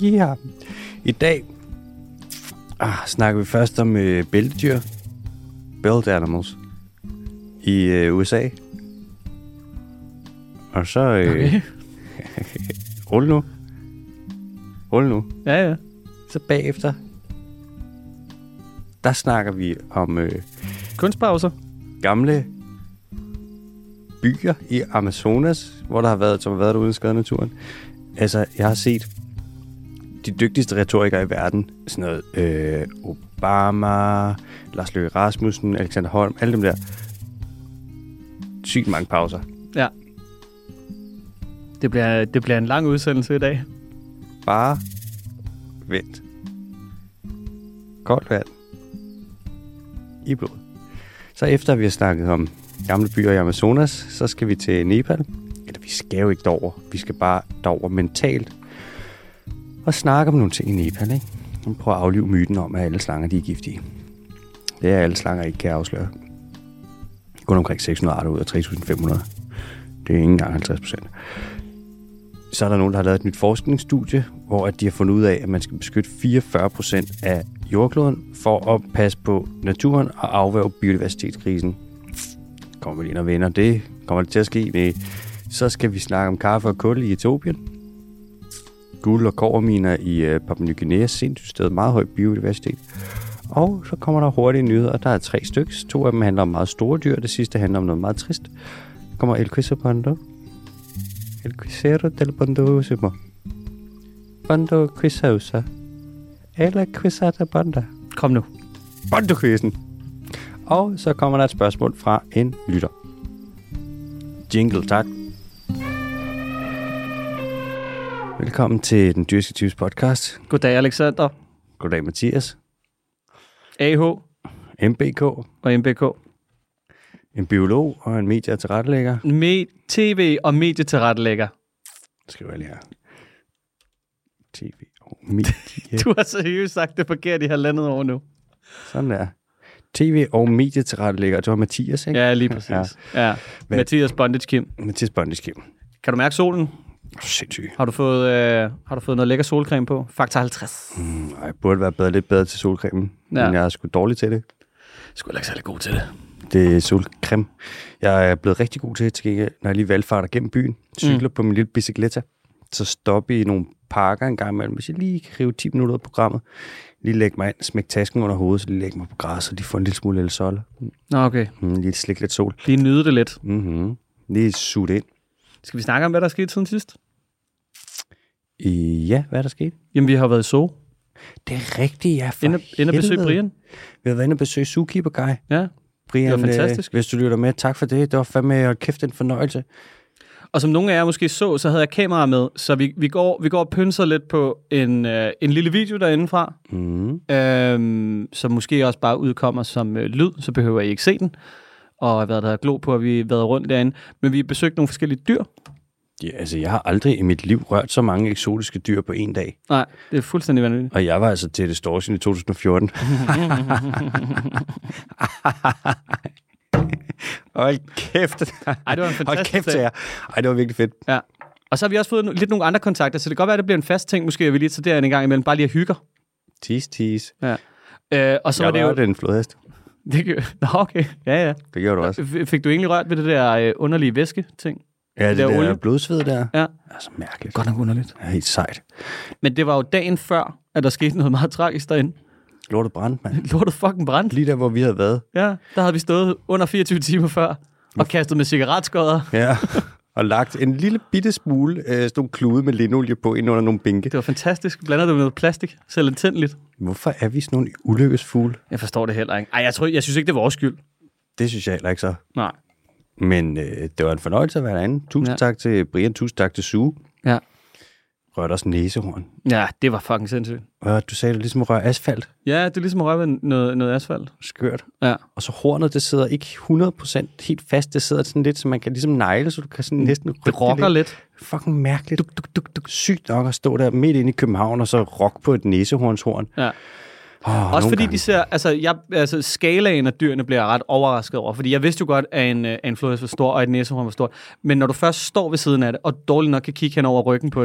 Ja. I dag snakker vi først om bæltedyr. Belt animals. I USA. Og så... Okay. Rul nu. Ja. Så bagefter, der snakker vi om Kunstpauser. gamle byer i Amazonas, hvor der har været derude i skade naturen. Altså, jeg har set de dygtigste retorikere i verden. Sådan noget Obama, Lars Løkke Rasmussen, Alexander Holm, alle dem der. Sygt mange pauser. Ja. Det bliver en lang udsendelse i dag. Bare vent. Koldt vand. I blod. Så efter vi har snakket om gamle byer i Amazonas, så skal vi til Nepal. Eller vi skal jo ikke derover. Vi skal bare derover mentalt. Og snakke om nogle ting i Nepal, ikke? Og prøve at aflive myten om, at alle slanger de er giftige. Det er alle slanger ikke kan afsløre. Kun omkring 600 arter ud af 3.500. Det er ikke engang 50%. Så er der nogen, der har lavet et nyt forskningsstudie, hvor de har fundet ud af, at man skal beskytte 44% af jordkloden for at passe på naturen og afværge biodiversitetskrisen. Kommer vi lige og venner det? Kommer det til at ske? Nej. Så skal vi snakke om kaffe og kul i Etiopien. Guld- og kobberminer i Papua Ny Guinea. Sindssygt sted. Meget høj biodiversitet. Og så kommer der hurtige nyheder. Der er 3 stykker. 2 af dem handler om meget store dyr. Det sidste handler om noget meget trist. Der kommer El Quizopondo. El Quizero del Bondosimo. Bondo Quizosa. Eller Quizata Bonda. Kom nu. Bondo-quizzen. Og så kommer der et spørgsmål fra en lytter. Jingle, tak. Velkommen til Den Dyrske Tyves podcast. Goddag, Alexander. Goddag, Mathias. AH MBK. og MBK. En biolog og en medie- og tilrettelægger. TV og medietilrettelægger. Skriver jeg lige her. TV og medie. Du har seriøst sagt det forkert i 1,5 år nu. Sådan der. TV og medietilrettelægger. Det var Mathias, ikke? Ja, lige præcis. Ja. Mathias Bondage Kim. Mathias Bondage-Kim. Kan du mærke solen? Sindssygt. Har du fået noget lækker solcreme på? Faktor 50. Jeg burde være lidt bedre til solcremen, men jeg er sgu dårlig til det. Sgu ikke særlig god til det. Det er solcreme. Jeg er blevet rigtig god til gengæld, når jeg lige valgfarter gennem byen, cykler på min lille bicicletta, så stopper i nogle parker en gang imellem, hvis jeg lige kan rive 10 minutter af programmet, lige lægge mig ind, smække tasken under hovedet, så lige lægge mig på græs, og lige få en lille smule sol. Nå, okay. Lige slikke lidt sol. Lige nyde det lidt. Lige suge det ind. Skal vi snakke om, hvad der er sket siden sidst? Ja, hvad er der sket? Jamen, vi har været i Zoo. Det er rigtigt, ja. Inde at besøge Brian. Vi har været inde at besøge Zookeeper Guy. Ja, Brian, det var fantastisk. Hvis du lytter med, tak for det. Det var fandme kæft en fornøjelse. Og som nogle af jer måske så havde jeg kamera med, så vi går og pynser lidt på en lille video derindefra, som måske også bare udkommer som lyd, så behøver I ikke se den. Og hvad der er glo på, at vi har været rundt derinde. Men vi har besøgt nogle forskellige dyr. Ja, altså jeg har aldrig i mit liv rørt så mange eksotiske dyr på en dag. Nej, det er fuldstændig vanvittigt. Og jeg var altså til Distortion i 2014. Hold kæft. Ej, det var en fantastisk dag. Ej, det var virkelig fedt. Ja. Og så har vi også fået lidt nogle andre kontakter, så det kan godt være, at det bliver en fast ting. Måske er vi lige så derinde en gang imellem, bare lige at hygge. Tease. Ja. Og så var det jo en flodhest. Nå, okay. Ja. Det gjorde du også. Fik du egentlig rørt ved det der underlige væske-ting? Ja, det der blodsved der. Ja. Altså mærkeligt. Godt nok underligt. Ja, helt sejt. Men det var jo dagen før, at der skete noget meget tragisk derinde. Lortet brændt, mand. Lortet fucking brændt. Lige der, hvor vi havde været. Ja, der havde vi stået under 24 timer før og kastet med cigaretskodder. Ja, og lagt en lille bitte smule sådan klude med linolie på ind under nogle bænke. Det var fantastisk. Blander det med noget plastik, selv antændeligt. Hvorfor er vi sådan nogle ulykkesfugle? Jeg forstår det heller ikke. Ej, jeg synes ikke, det var vores skyld. Det synes jeg heller ikke så. Nej. Men det var en fornøjelse at være derinde. Tusind tak til Brian, tusind tak til Sue. Ja. Rørte også næsehorn. Ja, det var fucking sindssygt. Og du sagde, det ligesom at røre asfalt. Ja, det er ligesom at røre ved noget asfalt. Skørt. Ja. Og så hornet, det sidder ikke 100% helt fast. Det sidder sådan lidt, så man kan ligesom negle, så du kan sådan næsten det rocker lidt. Fucking mærkeligt. Duk. Sygt nok at stå der midt inde i København, og så rock på et næsehornshorn. Ja. Også fordi de ser, altså skalaen af dyrene bliver jeg ret overrasket over, fordi jeg vidste jo godt, at en flodhest var stor, og et næsehorn var stor, men når du først står ved siden af det, og dårligt nok kan kigge hen over ryggen på det.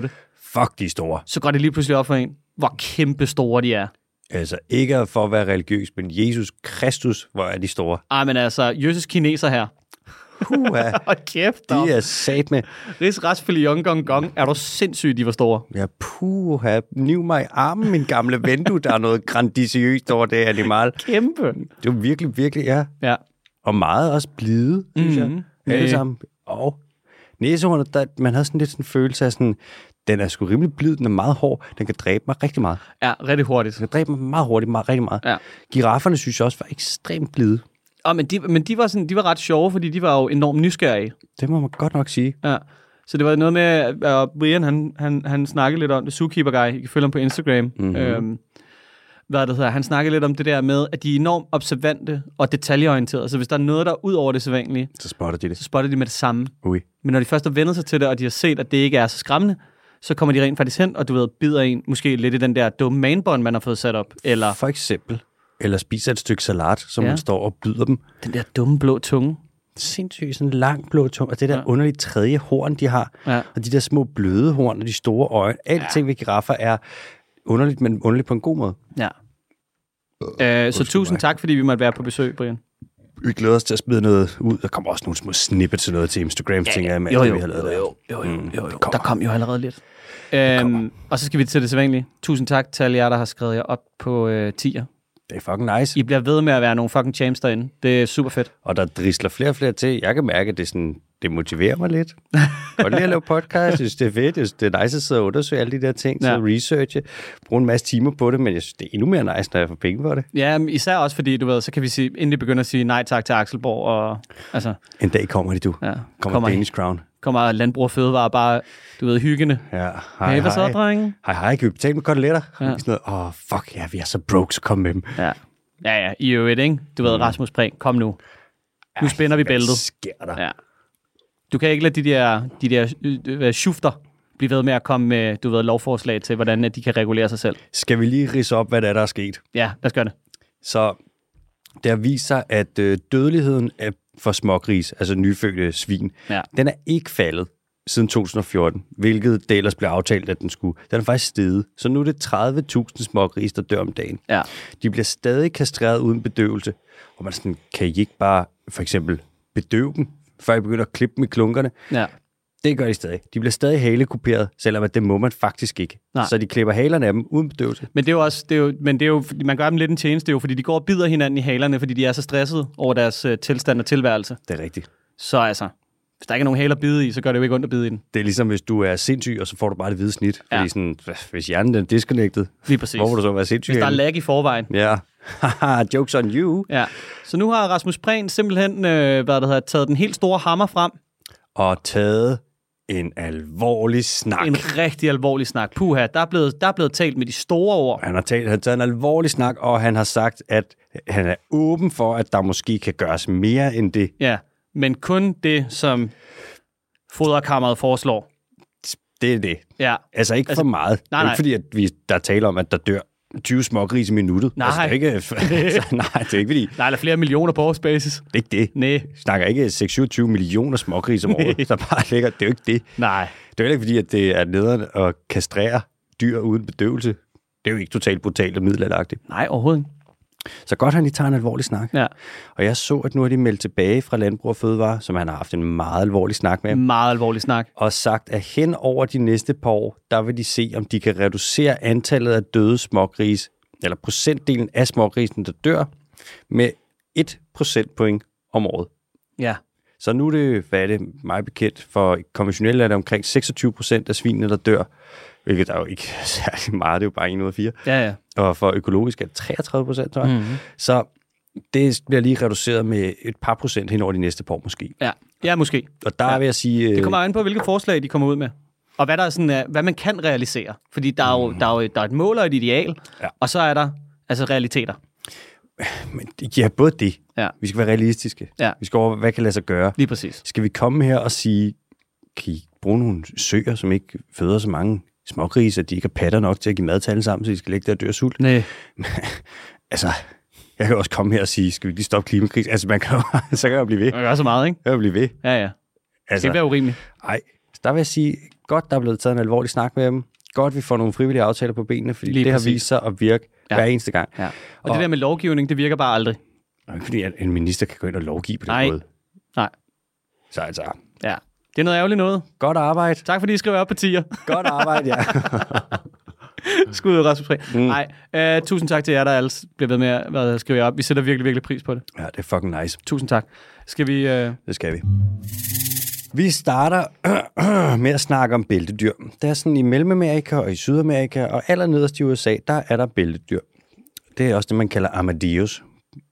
Fuck, de er store. Så går det lige pludselig op for en, hvor kæmpe store de er. Altså, ikke for at være religiøs, men Jesus Kristus, hvor er de store. Men altså, Jesus kineser her. Hold kæft, dog. De er sat med. Rigs Rasfili Yong Gong Gong. Er du sindssygt, de var store? Ja, niv mig i armen, min gamle ven, du. Der er noget grandiciøst over det animal. Kæmpe. Det er virkelig, virkelig, Ja. Og meget også blide, synes jeg. Alle sammen. Og næsehornet, man havde sådan lidt sådan en følelse af sådan, den er sgu rimelig blid, den er meget hård, den kan dræbe mig rigtig meget. Ja, rigtig hurtigt. Den kan dræbe mig meget hurtigt, rigtig meget. Ja. Girafferne synes jeg også var ekstremt blide. Men de var ret sjove, fordi de var jo enormt nysgerrige. Det må man godt nok sige. Ja. Så det var noget med, Brian, han snakkede lidt om det, Zookeeper Guy, I kan følge ham på Instagram. Mm-hmm. Han snakkede lidt om det der med, at de er enormt observante og detaljeorienterede. Så hvis der er noget, der er ud over det sædvanlige, så spotter de det. Så spotter de med det samme. Ui. Men når de først har vendt sig til det, og de har set, at det ikke er så skræmmende, så kommer de rent faktisk hen, og bider en måske lidt i den der dumme manbånd, man har fået sat op. Eller for eksempel. Eller spiser et stykke salat, som man står og byder dem. Den der dumme blå tunge. Sindssygt, sådan en lang blå tunge. Og det der underlige tredje horn, de har. Ja. Og de der små bløde horn og de store øjne. Alting ved giraffer er underligt, men underligt på en god måde. Ja. Så tusind tak, fordi vi måtte være på besøg, Brian. Vi glæder os til at smide noget ud. Der kommer også nogle små snippets til noget til Instagram, tænker jeg, med alt det, vi har lavet Jo. Der kom jo allerede lidt. Og så skal vi til det sædvanlige. Tusind tak til alle jer, der har skrevet jer op på tier. Det er fucking nice. I bliver ved med at være nogle fucking champs derinde. Det er super fedt. Og der drisler flere og flere til. Jeg kan mærke, at det motiverer mig lidt. Godt lige at lave podcast. Jeg synes, det er fedt. Jeg synes, det er nice at sidde og undersøge alle de der ting. Så researche. Bruge en masse timer på det. Men jeg synes, det er endnu mere nice, når jeg får penge for det. Ja, især også fordi, du ved, så kan vi sige, inden de begynder at sige nej tak til Axelborg. Og, altså, en dag kommer de, du. Ja, kommer Danish Crown. Kommer Landbrug og Fødevare bare, du ved, hyggende. Ja, hej, hvad så, drenge? Hej, kan vi betale med koteletter? Ja. Sådan noget, fuck, ja, vi er så broke, så kom med dem. Ja, i øvrigt, ikke? Du ved, Rasmus Prehn, kom nu. Nu spænder vi bæltet. Hvad sker der? Ja. Du kan ikke lade de der schufter blive ved med at komme med, du ved, lovforslag til, hvordan de kan regulere sig selv. Skal vi lige ridse op, hvad der er sket? Ja, lad os gøre det. Så der viser, at dødeligheden for smågris, altså nyfødte svin, den er ikke faldet siden 2014, hvilket det ellers blev aftalt, at den skulle. Den er faktisk steget. Så nu er det 30.000 smågris, der dør om dagen. Ja. De bliver stadig kastreret uden bedøvelse. Og man sådan, kan I ikke bare for eksempel bedøve dem, før I begynder at klippe dem i klunkerne? Ja. Det gør de stadig. De bliver stadig halekuperet, selvom at det må man faktisk ikke. Nej. Så de klipper halerne af dem uden bedøvelse. Men det er jo også, man gør dem lidt en tjeneste, det er jo, fordi de går og bider hinanden i halerne, fordi de er så stressede over deres tilstand og tilværelse. Det er rigtigt. Så altså, hvis der ikke er nogen haler at bide i, så gør det jo ikke ondt at bide i den. Det er ligesom, hvis du er sindssyg, og så får du bare det hvide snit. Fordi sådan, hvis hjernen er disconnected, hvor vil du så være sindssyg? Hvis der er lag i forvejen. Ja. Haha, jokes on you. Ja. Så nu har Rasmus Prehn simpelthen taget den helt store hammer frem. Og taget en alvorlig snak. En rigtig alvorlig snak. Puha, der er blevet talt med de store ord. Han har taget en alvorlig snak, og han har sagt, at han er åben for, at der måske kan gøres mere end det. Ja, men kun det, som foderkammeret foreslår. Det er det. Ja. Altså ikke for meget. Nej. Ikke fordi, at der taler om, at der dør 20 smågrise i minuttet. Nej. Altså, det er ikke fordi... Nej, der er flere millioner på årsbasis. Det er ikke det. Nej. Vi snakker ikke 6-27 millioner smågrise om året, der bare ligger. Det er jo ikke det. Nej. Det er jo ikke fordi, at det er nederen at kastrere dyr uden bedøvelse. Det er jo ikke totalt brutalt og middelalderagtigt. Nej, overhovedet ikke. Så godt, han lige tager en alvorlig snak. Ja. Og jeg så, at nu har de meldt tilbage fra Landbrug og Fødevare, som han har haft en meget alvorlig snak med. Meget alvorlig snak. Og sagt, at hen over de næste par år, der vil de se, om de kan reducere antallet af døde smågris, eller procentdelen af smågrisen, der dør, med 1 procentpoint om året. Ja. Så nu er det, hvad er det, meget bekendt, for konventionelt er det omkring 26% af svinene, der dør, hvilket er jo ikke særlig meget, det er jo bare 1 ud af 4. Ja. Og for økologisk er det 33%, tror jeg. Mm-hmm. Så det bliver lige reduceret med et par procent hen over de næste par år måske. Ja, måske. Og der vil jeg sige... Det kommer an på, hvilke forslag de kommer ud med. Og hvad der er sådan, hvad man kan realisere. Fordi der er et mål og et ideal, og så er der altså realiteter. Men ja, både det. Ja. Vi skal være realistiske. Ja. Vi skal over, hvad kan lade sig gøre. Lige præcis. Skal vi komme her og sige, kan I bruge nogle søer, som ikke føder så mange smågrise, at de ikke har patter nok til at give mad til alle sammen, så de skal ligge der og dø af sult? Nej. Altså, jeg kan også komme her og sige, skal vi lige stoppe klimakrisen? Altså, man kan jo, så kan jeg jo blive ved. Man kan så meget, ikke? Jeg vil blive ved. Ja. Det skal ikke være urimeligt. Nej, så der vil jeg sige, godt, der er blevet taget en alvorlig snak med dem. Godt, vi får nogle frivillige aftaler på benene, fordi Lige det præcis. har vist sig at virke hver eneste gang. Ja. Og det der med lovgivning, det virker bare aldrig. Ikke fordi en minister kan gå ind og lovgive på den måde. Nej. Så altså, Ja. Det er noget ærgerligt noget. godt arbejde. Tak fordi I skriver op på tier. Godt arbejde, ja. Skud ud, Rasmus Prehn. Nej, tusind tak til jer, der alle bliver ved med at skrive op. Vi sætter virkelig, virkelig pris på det. Ja, det er fucking nice. Tusind tak. Skal vi... Det skal vi. Vi starter med at snakke om bæltedyr. Der er sådan i Mellemamerika og i Sydamerika og allernederst i USA, der er der bæltedyr. Det er også det, man kalder armadillos.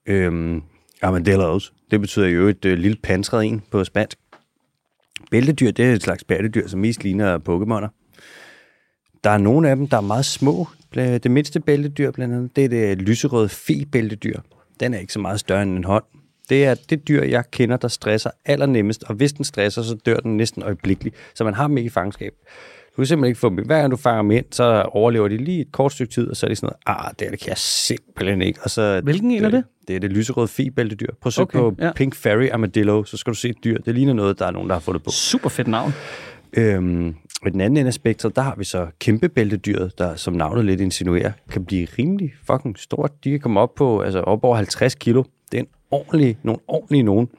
Armadillos. Det betyder jo et lille pansret en på spansk. Bæltedyr, det er et slags pattedyr, som mest ligner Pokémoner. Der er nogle af dem, der er meget små. Det mindste bæltedyr, blandt andet, det er det lyserøde fe-bæltedyr. Den er ikke så meget større end en hånd. Det er det dyr, jeg kender, der stresser allernemmest, og hvis den stresser, så dør den næsten øjeblikkeligt, så man har dem ikke i fangenskab. Du kan simpelthen ikke få dem. Hver gang du fanger dem ind, så overlever de lige et kort stykke tid, og så er de sådan noget, det kan jeg simpelthen ikke. Og så, hvilken en er det? Det er det lyserøde fe-bæltedyr. Prøv at søge på Pink Fairy Armadillo, så skal du se et dyr. Det ligner noget, der er nogen, der har fundet på. Super fedt navn. Og den anden ende af spektret, der har vi så kæmpe bæltedyret, der som navnet lidt insinuerer, kan blive rimelig fucking stort. De kan komme op på op over 50 kilo. Det er nogle ordentlige nogen.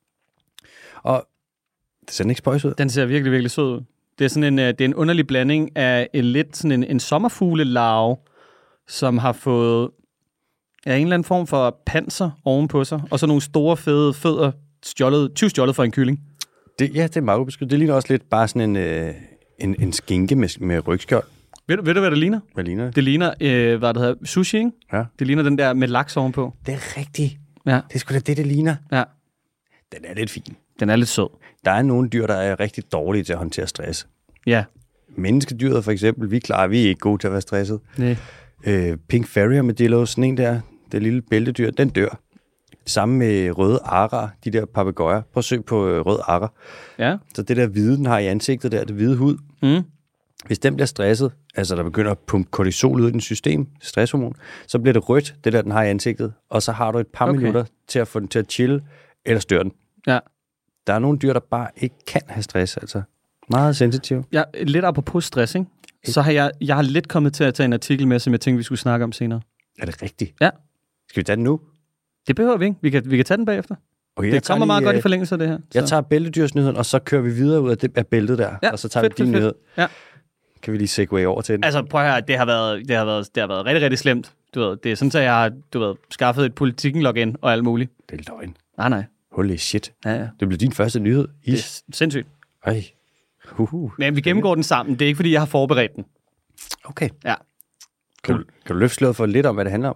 Og det ser ikke spøjs ud. Den ser virkelig, virkelig sød ud. Det er sådan det er en underlig blanding af lidt sådan en sommerfuglelarve, som har fået en eller anden form for panser ovenpå sig, og så nogle store, fede fødder stjålet fra en kylling. Det er meget ubeskyttet. Det ligner også lidt bare sådan en skinke med rygskjold. Ved du, hvad det ligner? Hvad ligner det? Det ligner, hvad det hedder, sushi, ikke? Ja. Det ligner den der med laks ovenpå. Det er rigtigt. Ja. Det er sgu da det ligner. Ja. Den er lidt fin. Den er lidt sød. Der er nogle dyr, der er rigtig dårlige til at håndtere stress. Ja. Menneskedyret for eksempel, vi er ikke gode til at være stresset. Nej. Pink Fairy Armadillo, sådan en der, det lille bæltedyr, den dør. Sammen med røde arer, de der papegøjer. Prøv at søg på rød arer. Ja. Så det der hvide, den har i ansigtet der, det hvide hud. Hvis den bliver stresset, altså der begynder at pumpe kortisol ud i den system, stresshormon, så bliver det rødt, det der, den har i ansigtet. Og så har du et par minutter til at få den til at chille, eller støre den. Ja. Der er nogle dyr, der bare ikke kan have stress, altså. Meget sensitiv. Ja, lidt apropos stress, ikke? Så har jeg har lidt kommet til at tage en artikel med, som jeg tænkte, vi skulle snakke om senere. Er det rigtigt? Ja. Skal vi tage den nu? Det behøver vi ikke. Vi kan tage den bagefter. Okay, det kommer meget godt i forlængelse af det her. Jeg tager bæltedyrsnyheden, og så kører vi videre ud af bæltet der. Ja, og så tager vi din nyhed. Ja. Kan vi lige segue over til den? Altså, prøv at høre, det har været rigtig, rigtig slemt. Du ved, det er sådan, at jeg har skaffet et politikken-login og alt muligt. Det er løgn. Nej. Holy shit. Ja. Det blev din første nyhed. Det er sindssygt. Ej. Men vi gennemgår den sammen. Det er ikke, fordi jeg har forberedt den. Okay. Ja. Kan du løfte sløret for lidt om, hvad det handler om?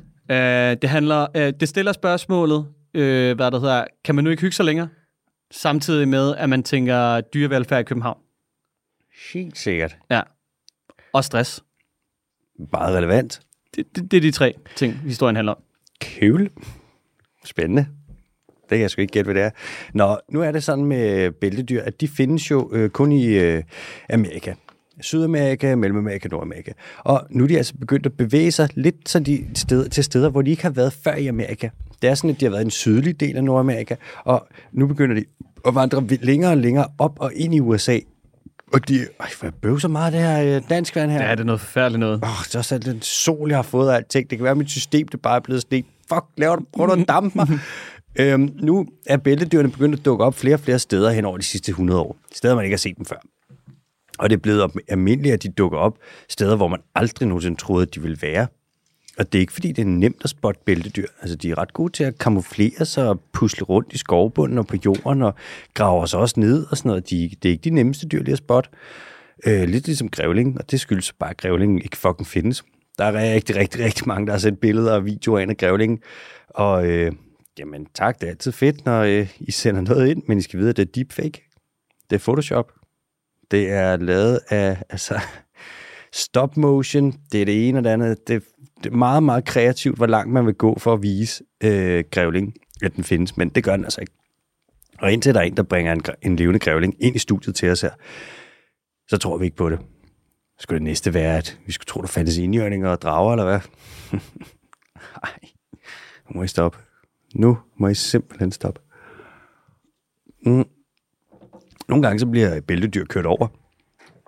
Det stiller spørgsmålet, hvad der hedder, kan man nu ikke hygge sig længere? Samtidig med, at man tænker dyrevelfærd i København. Helt sikkert. Ja. Og stress. Meget relevant. Det er de tre ting, historien handler om. Cool. Spændende. Det kan jeg sgu ikke gætte, hvad det er. Nå, nu er det sådan med bæltedyr, at de findes jo kun i Amerika. Sydamerika, Mellemamerika, Nordamerika. Og nu er de altså begyndt at bevæge sig lidt til steder, hvor de ikke har været før i Amerika. Det er sådan, at de har været i en sydlig del af Nordamerika, og nu begynder de at vandre længere og længere op og ind i USA. Og de... hvor jeg bøver så meget det her danskvand her. Ja, det er noget forfærdeligt noget. Det er også den sol, jeg har fået af alting. Det kan være, at mit system det bare er blevet sådan. Fuck, prøver du at dampe mig? Nu er bæltedyrene begyndt at dukke op flere og flere steder hen over de sidste 100 år. Steder, man ikke har set dem før. Og det er blevet almindeligt, at de dukker op steder, hvor man aldrig nogensinde troede, at de ville være. Og det er ikke, fordi det er nemt at spotte bæltedyr. Altså, de er ret gode til at kamuflere sig og pusle rundt i skovbunden og på jorden og grave sig også ned og sådan noget. Det er ikke de nemmeste dyr lige at spotte. Lidt ligesom grævling, og det skyldes bare, at grævlingen ikke fucking findes. Der er rigtig mange, der har set billeder og videoer ind af grævlingen. Og jamen tak, det er altid fedt, når I sender noget ind, men I skal vide, at det er deepfake. Det er Photoshop. Det er lavet af stop motion. Det er det ene og det andet. Det er meget, meget kreativt, hvor langt man vil gå for at vise grævling, at den findes, men det gør den altså ikke. Og indtil der er en, der bringer en levende grævling ind i studiet til os her, så tror vi ikke på det. Skulle det næste være, at vi skulle tro, der fandtes indjørninger og drager, eller hvad? Nej, nu må I stoppe. Nu må I simpelthen stoppe. Nogle gange så bliver bæltedyr kørt over.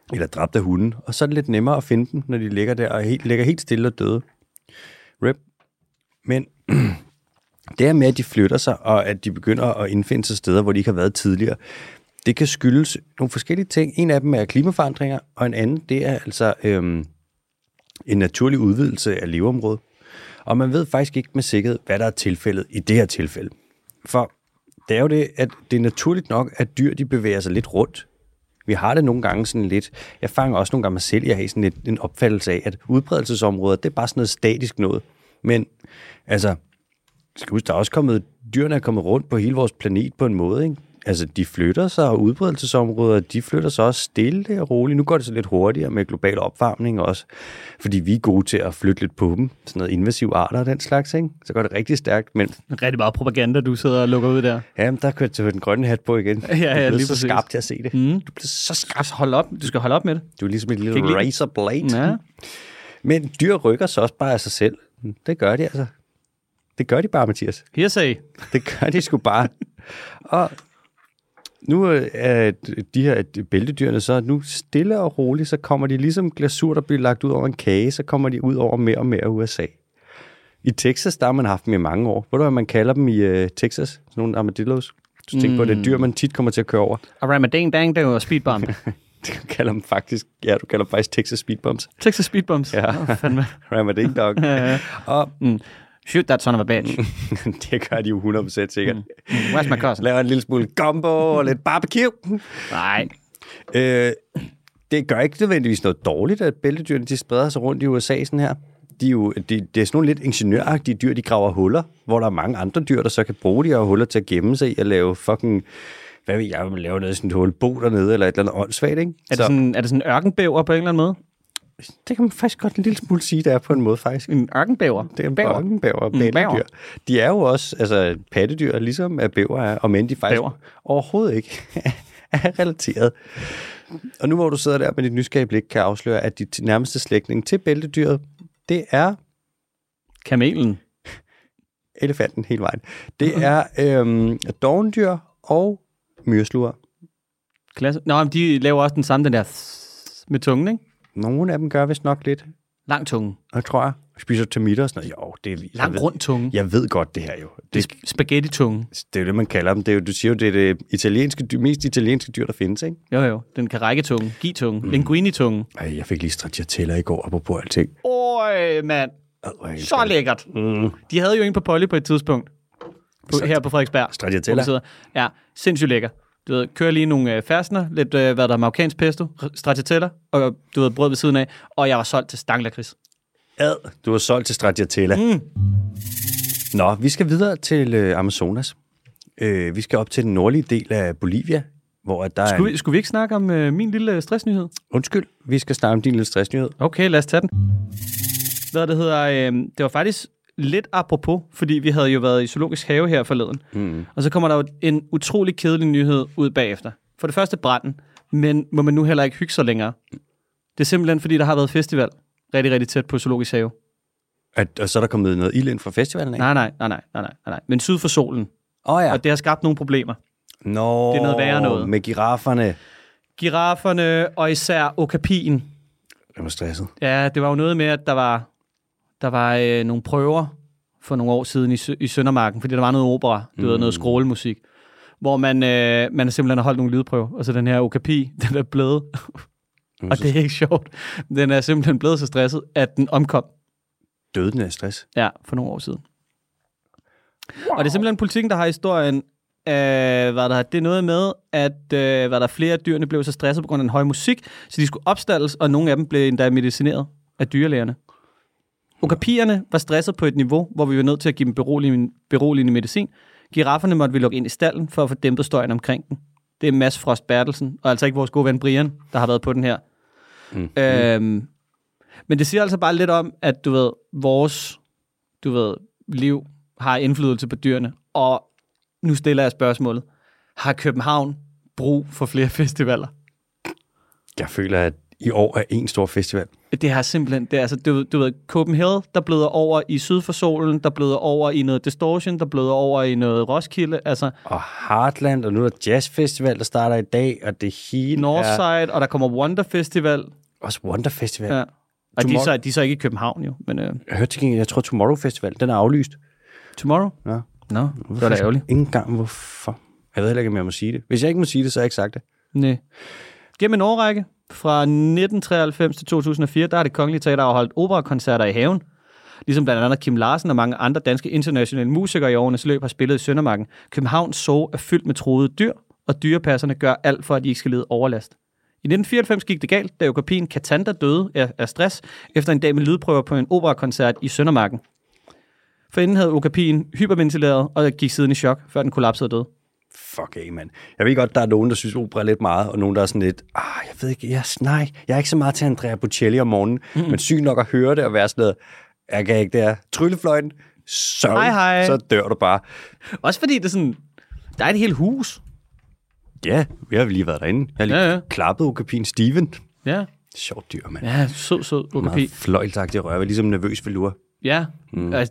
eller dræbt af hunden, og så er det lidt nemmere at finde dem, når de ligger der og ligger helt stille og døde. Rip. Men det her med, at de flytter sig, og at de begynder at indfinde sig steder, hvor de ikke har været tidligere, det kan skyldes nogle forskellige ting. En af dem er klimaforandringer, og en anden, det er altså en naturlig udvidelse af leveområdet. Og man ved faktisk ikke med sikkerhed, hvad der er tilfældet i det her tilfælde. For det er jo det, at det er naturligt nok, at dyr de bevæger sig lidt rundt. Vi har det nogle gange sådan lidt, jeg fanger også nogle gange mig selv, jeg har sådan en opfattelse af, at udbredelsesområdet, det er bare sådan noget statisk noget. Men altså, skal huske, der er også dyrene er kommet rundt på hele vores planet på en måde, ikke? Altså, de flytter sig, og udbredelsesområder, de flytter sig også stille og roligt. Nu går det så lidt hurtigere med global opvarmning også, fordi vi er gode til at flytte lidt på dem. Sådan noget invasive arter og den slags, ikke? Så går det rigtig stærkt, men... Rigtig meget propaganda, du sidder og lukker ud der. Jamen, der kan du den grønne hat på igen. Ja, du lige så skarpt til at se det. Mm. Du bliver så skarpt. Du skal holde op med det. Du er ligesom et lille razor blade. Ja. Men dyr rykker sig også bare af sig selv. Det gør de altså. Det gør de bare, Mathias. Hearsay. Det gør de sgu bare. Og nu er de her bæltedyrene så nu stille og roligt, så kommer de ligesom glasur, der bliver lagt ud over en kage, så kommer de ud over mere og mere USA. I Texas, der har man haft dem i mange år. Ved du, hvad man kalder dem i Texas? Sådan nogle armadillos. Du tænker på, at det er dyr, man tit kommer til at køre over. Og ramadang-dang, det var speedbump. Du kalder dem faktisk Texas speedbumps. Texas speedbumps? Ja. Fandme. Ramadang-dog. Og... Shoot that son of a bitch. Det gør de jo 100% sikkert. Where's my cousin? Laver en lille smule gumbo og lidt barbecue. Nej. Det gør ikke nødvendigvis noget dårligt, at bæltedyrene de spreder sig rundt i USA sådan her. Det er sådan nogle lidt ingeniøragtige dyr, de graver huller, hvor der er mange andre dyr, der så kan bruge de her huller til at gemme sig i og lave fucking... Hvad ved jeg, lave noget sådan et hul bo dernede, eller et eller andet åndssvagt, ikke? Er det sådan en ørkenbæver på en eller anden måde? Det kan man faktisk godt en lille smule sige, der er på en måde faktisk. En ørkenbæver? Det er en ørkenbæver og pattedyr. De er jo også altså, pattedyr, ligesom at bæver er, og men de faktisk overhovedet ikke er relateret. Og nu hvor du sidder der med dit nysgerrige blik, kan jeg afsløre, at dit nærmeste slægtning til bæltedyret, det er... Kamelen. Elefanten hele vejen. Det er dovendyr og myrsluger. Klasse. Nå, men de laver også den samme, den der med tungen, ikke? Nogle af dem gør vist nok lidt. Lang tunge. Jeg tror jeg. Spiser termitter og sådan noget. Jo, det er... Lang rund tunge. Jeg ved godt det her jo. Det er spaghetti-tunge. Det er jo det, man kalder dem. Det er jo, du siger jo, det er det mest italienske dyr, der findes, ikke? Jo. Den carraghe-tunge, gi-tunge, linguini-tunge. Ej, jeg fik lige stracciatella i går, apropos alting. Mand. Så lækkert. De havde jo en på Polly på et tidspunkt. Her på Frederiksberg. Stracciatella? Ja, sindssygt lækker. Du ved, kører lige nogle færsener, lidt hvad der er marokkansk pesto, stracciatella, og du ved, brød ved siden af, og jeg var solgt til stanglakrids. Du var solgt til stracciatella. Nå, vi skal videre til Amazonas. Vi skal op til den nordlige del af Bolivia, hvor der Skulle vi ikke snakke om min lille stressnyhed? Undskyld, vi skal snakke om din lille stressnyhed. Okay, lad os tage den. Hvad det hedder, det var faktisk lidt apropos, fordi vi havde jo været i Zoologisk Have her forleden. Og så kommer der jo en utrolig kedelig nyhed ud bagefter. For det første branden, men må man nu heller ikke hygge sig længere. Det er simpelthen, fordi der har været festival rigtig, rigtig tæt på Zoologisk Have. Og så er der kommet noget ild ind fra festivalen, ikke? Nej. Men syd for solen. Ja. Og det har skabt nogle problemer. Nå, det er noget værre noget. Med girafferne. Girafferne, og især okapien. Jeg var stresset. Ja, det var jo noget med, at der var nogle prøver for nogle år siden i Søndermarken, fordi der var noget opera, det var noget skrålemusik, hvor man simpelthen har holdt nogle lydprøver, og så den her okapi, den er blevet, og det er ikke sjovt, den er simpelthen blevet så stresset, at den omkom. Døde den af stress? Ja, for nogle år siden. Wow. Og det er simpelthen politikken, der har historien, det er noget med, at der flere af dyrene blev så stresset på grund af den høje musik, så de skulle opstaldes, og nogle af dem blev endda medicineret af dyrlægerne. Okapierne var stresset på et niveau, hvor vi var nødt til at give dem beroligende medicin. Girafferne måtte vi lukke ind i stallen for at få dæmpet støjen omkring den. Det er Mads Frost Bertelsen, og altså ikke vores gode ven Brian, der har været på den her. Men det siger altså bare lidt om, at vores liv har indflydelse på dyrene. Og nu stiller jeg spørgsmålet. Har København brug for flere festivaler? Jeg føler, at i år er en stor festival. Det har simpelthen, det er altså, du ved, Copenhagen, der bløder over i Syd for Solen, der bløder over i noget Distortion, der bløder over i noget Roskilde, altså. Og Heartland, og nu er der Jazz Festival, der starter i dag, og det hele Northside, og der kommer Wonder Festival. Også Wonder Festival. Ja. Og de er så ikke i København, jo. Men, Jeg hørte til gengæld, jeg tror Tomorrow Festival, den er aflyst. Tomorrow? Ja. Nå, det var da ærgerligt. Ingen gang, hvorfor? Jeg ved heller ikke, om jeg må sige det. Hvis jeg ikke må sige det, så har jeg ikke sagt det. Nej. Gennem en årrække, fra 1993 til 2004, der har Det Kongelige Teater afholdt operakoncerter i haven. Ligesom blandt andet Kim Larsen og mange andre danske internationale musikere i årenes løb har spillet i Søndermarken. Københavns Zoo er fyldt med truede dyr, og dyrepasserne gør alt for, at de ikke skal lide overlast. I 1994 gik det galt, da okapien Katanda døde af stress efter en dag med lydprøver på en operakoncert i Søndermarken. Forinden havde okapien hyperventileret og gik siden i chok, før den kollapsede og døde. Fuck af, mand. Jeg ved godt, der er nogen, der synes opera lidt meget, og nogen, der er sådan lidt, jeg ved ikke, jeg er ikke så meget til Andrea Bocelli om morgenen, men syg nok at høre det og være sådan noget, jeg kan ikke det her. Tryllefløjten, så dør du bare. Også fordi det er sådan, der er et helt hus. Ja, vi har lige været derinde. Jeg har lige klappet okapien Steven. Ja. Sjovt dyr, mand. Ja, sød okapi. Meget fløjltagtig rør, ligesom nervøs velur. Ja, altså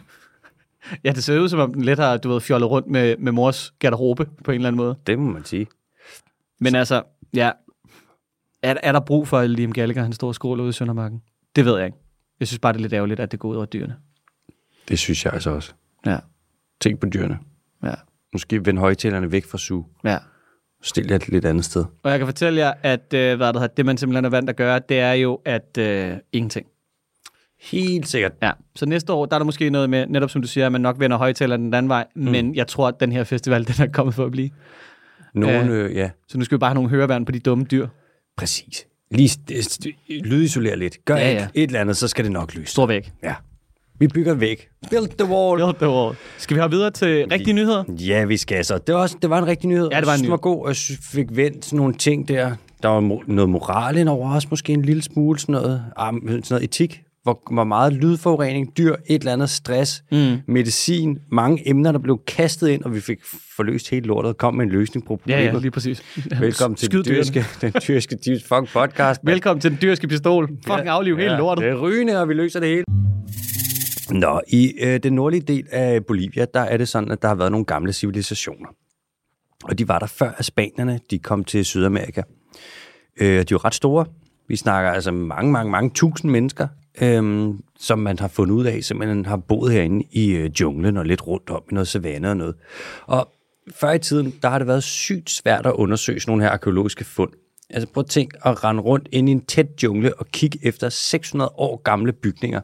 det ser ud som om den let har, fjollet rundt med mors garderobe på en eller anden måde. Det må man sige. Men altså, ja, er der brug for Liam Gallagher, han står skrål ude i Søndermarken? Det ved jeg ikke. Jeg synes bare, det er lidt ærgerligt, at det går ud over dyrene. Det synes jeg altså også. Ja. Tænk på dyrene. Ja. Måske vende højtalerne væk fra zoo. Ja. Stil jer et lidt andet sted. Og jeg kan fortælle jer, at det man simpelthen er vant at gøre, det er jo, at ingenting. Helt sikkert. Ja, så næste år, der er der måske noget med, netop som du siger, at man nok vender højtalerne den anden vej, men jeg tror, at den her festival, den er kommet for at blive. Ja. Så nu skal vi bare have nogle høreværn på de dumme dyr. Præcis. Lige lydisolere lidt. Gør et eller andet, så skal det nok lyse. Stor væg. Ja. Vi bygger væk. Build the wall. Build the wall. Skal vi have videre til rigtige nyheder? Ja, vi skal så. Det var en rigtig nyhed. Ja, det var en nyhed. Det var god, og jeg fik vendt sådan nogle ting der. Der var noget moral ind over os, måske en lille smule sådan noget etik. Hvor meget lydforurening, dyr, et eller andet stress, medicin, mange emner, der blev kastet ind, og vi fik forløst hele lortet og kom med en løsning på problemet. Ja, lige præcis. Velkommen til den dyrske fucking podcast. Velkommen til den dyrske pistol. Fucking afliv hele lortet. Det er rygende, og vi løser det hele. Nå, i den nordlige del af Bolivia, der er det sådan, at der har været nogle gamle civilisationer. Og de var der før, at spanierne de kom til Sydamerika. De er ret store. Vi snakker altså mange tusind mennesker, som man har fundet ud af, simpelthen har boet herinde i junglen og lidt rundt om i noget savanne og noget. Og før i tiden, der har det været sygt svært at undersøge sådan nogle her arkeologiske fund. Altså prøv at tænke at rende rundt ind i en tæt jungle og kigge efter 600 år gamle bygninger.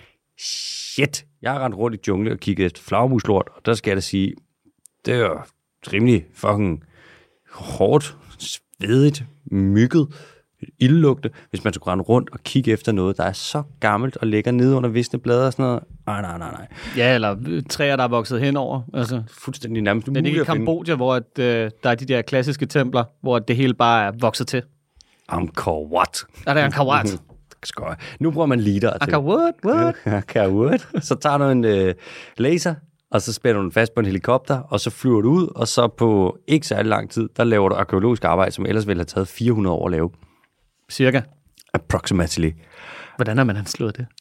Shit, jeg har rendt rundt i jungle og kigget efter flagermuslort, og der skal jeg da sige, det er rimelig fucking hårdt, svedigt, mygget, ildlugte, hvis man skulle rende rundt og kigge efter noget, der er så gammelt og ligger nede under visne blade og sådan noget. Nej. Ja, eller træer, der er vokset henover. Altså, fuldstændig nærmest umuligt. Det er ikke i Kambodja, hvor der er de der klassiske templer, hvor det hele bare er vokset til. Angkor Wat. Ja, det er Angkor Wat. Nu bruger man liter til. Angkor Wat. Så tager du en laser, og så spænder du den fast på en helikopter, og så flyver du ud, og så på ikke særlig lang tid, der laver du arkeologisk arbejde, som ellers ville have taget 400 år at lave. Cirka? Approximately. Hvordan har man slået det?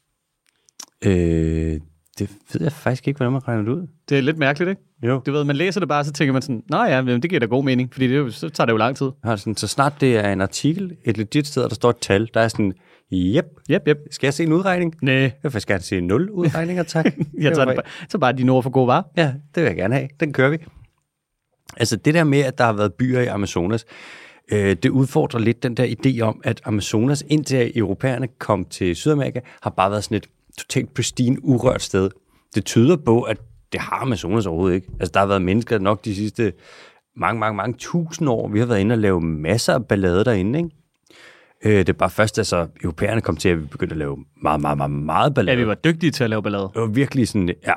Det ved jeg faktisk ikke, hvordan man regner det ud. Det er lidt mærkeligt, ikke? Jo. Du ved, man læser det bare, så tænker man sådan, nej ja, det giver da god mening, fordi så tager det jo lang tid. Så snart det er en artikel, et legit sted, der står et tal, der er sådan, yep. Skal jeg se en udregning? Nej. Jeg vil faktisk gerne se 0 udregninger, tak. Jeg tager så bare de ord for gode varer. Ja, det vil jeg gerne have. Den kører vi. Altså det der med, at der har været byer i Amazonas, det udfordrer lidt den der idé om, at Amazonas, indtil europæerne kom til Sydamerika, har bare været sådan et totalt pristine, urørt sted. Det tyder på, at det har Amazonas overhovedet ikke. Altså, der har været mennesker nok de sidste mange tusind år. Vi har været inde og lave masser af ballade derinde, ikke? Det er bare først, altså europæerne kom til, at vi begyndte at lave meget ballade. Ja, vi var dygtige til at lave ballade. Det var virkelig sådan, ja.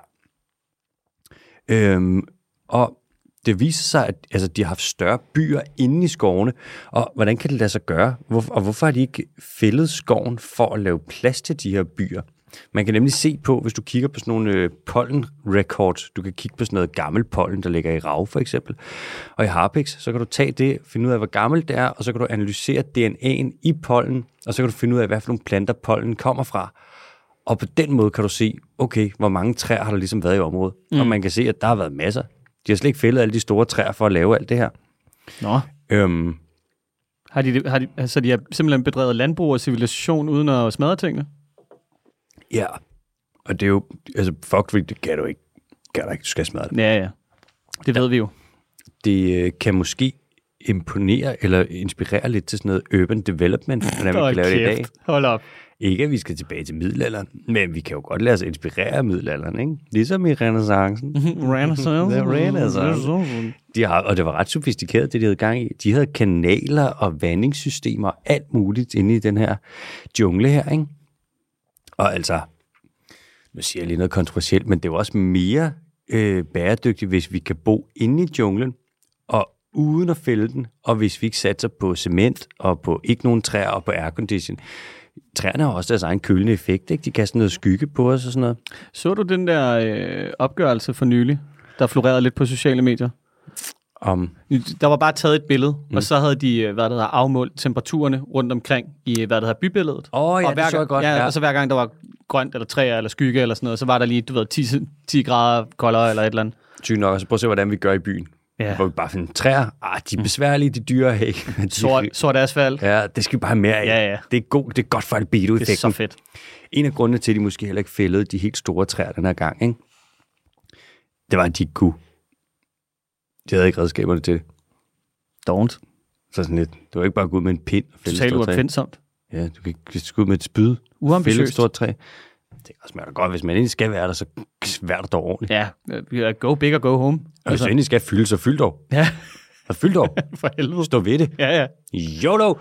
Og det viser sig, at altså, de har haft større byer inde i skovene. Og hvordan kan det lade sig gøre? Hvorfor har de ikke fældet skoven for at lave plads til de her byer? Man kan nemlig se på, hvis du kigger på sådan nogle pollen records, du kan kigge på sådan noget gammel pollen, der ligger i rav for eksempel, og i harpiks, så kan du tage det, finde ud af, hvor gammelt det er, og så kan du analysere DNA'en i pollen, og så kan du finde ud af, hvad for nogle planter pollen kommer fra. Og på den måde kan du se, okay, hvor mange træer har der ligesom været i området. Og man kan se, at der har været masser. De har slet ikke fældet alle de store træer for at lave alt det her. Nå. Så de har simpelthen bedrevet landbrug og civilisation uden at smadre tingene? Ja, og det er jo, altså fuck, det kan du ikke. Du skal smadre det. Ja. Det ved vi jo. Det kan måske imponere eller inspirere lidt til sådan noget urban development, hvordan vi kan lave det i dag. Hold op. Ikke, at vi skal tilbage til middelalderen, men vi kan jo godt lade os inspirere af middelalderen, ikke? Ligesom i renaissancen. Renaissance. De har, og det var ret sofistikeret, det de havde gang i. De havde kanaler og vandingssystemer og alt muligt inde i den her jungle her, ikke? Og altså, nu siger jeg lige noget kontroversielt, men det er jo også mere bæredygtigt, hvis vi kan bo inde i junglen, og uden at fælde den, og hvis vi ikke satser på cement, og på ikke nogen træer, og på aircondition. Træerne har også deres egen kølende effekt, ikke? De kaster noget skygge på os og sådan noget. Så du den der opgørelse for nylig, der florerede lidt på sociale medier? Der var bare taget et billede, og så havde de afmålt temperaturerne rundt omkring i, bybilledet. Ja, og det så godt. Ja, og så hver gang der var grønt, eller træer, eller skygge, eller sådan noget, så var der lige, 10 grader koldere, eller et eller andet. Sygt nok, og så prøv at se, hvordan vi gør i byen. Ja. Hvor vi bare finder træer. De er besværlige, de dyre, hey. Sort asfalt. Ja, det skal vi bare have mere af. Ja. Det er godt for albedo-effekten. Det er så fedt. En af grundene til, at de måske heller ikke fældede de helt store træer den her gang, ikke? Det var, at de ikke kunne. De havde ikke redskaberne til det. Don't. Så sådan lidt. Det var ikke bare at gå ud med en pind og fælde totalt uopfindsomt. Ja, du kan ikke gå ud med et spyd. Uambitiøst. Fælde et stort træ. Det også smager godt. Hvis man egentlig skal være der, så vær der dog ordentligt. Ja, go big og go home. Og hvis du endelig skal fylde, så fyld dog. Ja. Og fyld dog. For helvede. Stå ved det. Ja. YOLO!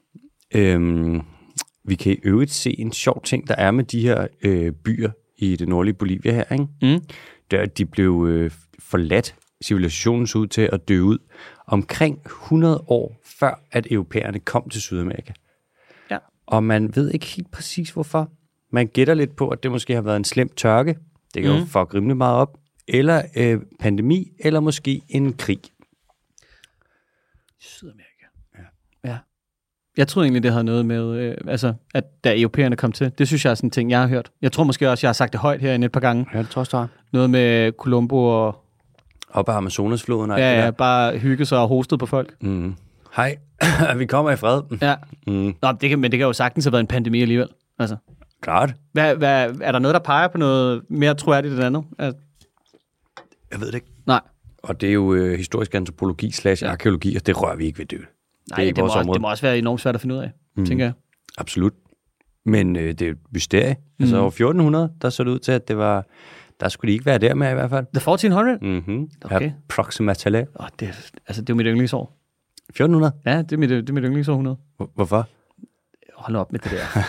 Vi kan i øvrigt se en sjov ting, der er med de her byer i det nordlige Bolivia her, ikke? Der de blev forladt. Civilisationen så ud til at dø ud omkring 100 år før, at europæerne kom til Sydamerika. Ja. Og man ved ikke helt præcis, hvorfor. Man gætter lidt på, at det måske har været en slem tørke. Det kan jo fuck rimelig meget op. Eller pandemi, eller måske en krig. Sydamerika. Ja. Jeg troede egentlig, det havde noget med, at da europæerne kom til. Det synes jeg er sådan en ting, jeg har hørt. Jeg tror måske også, jeg har sagt det højt herinde et par gange. Ja, det tror jeg. Noget med Colombo og... Op ad Amazonasfloden. Ja, bare hygge sig og hostet på folk. Hej, vi kommer i fred. Ja. Nå, men det kan jo sagtens have været en pandemi alligevel. Altså. Klart. Er der noget, der peger på noget mere troværdigt end andet? Jeg ved det ikke. Nej. Og det er jo historisk antropologi / arkeologi, og det rører vi ikke ved det. Nej, det må også være enormt svært at finde ud af, tænker jeg. Absolut. Men det er et mysterie. Altså over 1400, der så det ud til, at det var... Der skulle de ikke være der med i hvert fald. The 1400? Okay. Approximately. Det er jo mit yndlingsår. 1400? Ja, det er mit yndlingsårhundrede. Hvorfor? Hold op med det der.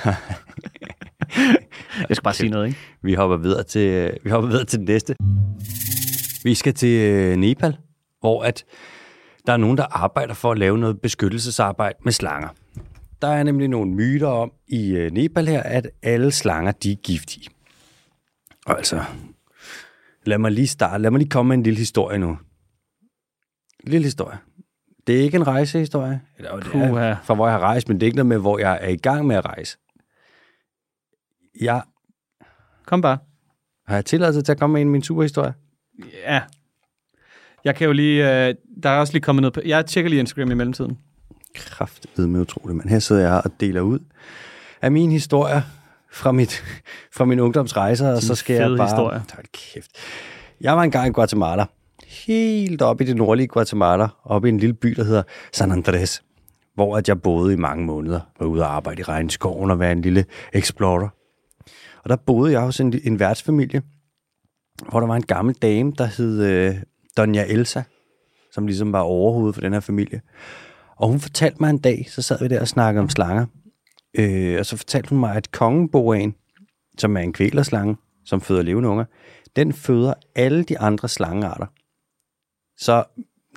Jeg skal bare sige noget, ikke? Vi hopper videre til det næste. Vi skal til Nepal, hvor at der er nogen, der arbejder for at lave noget beskyttelsesarbejde med slanger. Der er nemlig nogle myter om i Nepal her, at alle slanger, de er giftige. Og altså, lad mig lige komme med en lille historie nu. En lille historie. Det er ikke en rejsehistorie. Eller, det er fra hvor jeg har rejst, men det er ikke noget med, hvor jeg er i gang med at rejse. Kom bare. Har jeg tilladelse til at komme med en min superhistorie? Ja. Jeg kan jo lige... der er også lige kommet noget på... Jeg tjekker lige Instagram i mellemtiden. Kraftedme utroligt, men her sidder jeg og deler ud af mine historier fra min ungdomsrejser, og så skal jeg bare... Historie. Kæft. Jeg var engang i Guatemala. Helt oppe i det nordlige Guatemala, oppe i en lille by, der hedder San Andres, hvor at jeg boede i mange måneder, var ude og arbejde i regnskoven og være en lille explorer. Og der boede jeg hos en værtsfamilie, hvor der var en gammel dame, der hed Doña Elsa, som ligesom var overhovedet for den her familie. Og hun fortalte mig en dag, så sad vi der og snakkede om slanger, og så fortalte hun mig, at kongeboaen, som er en kvælerslange, som føder levende unger, den føder alle de andre slangearter. Så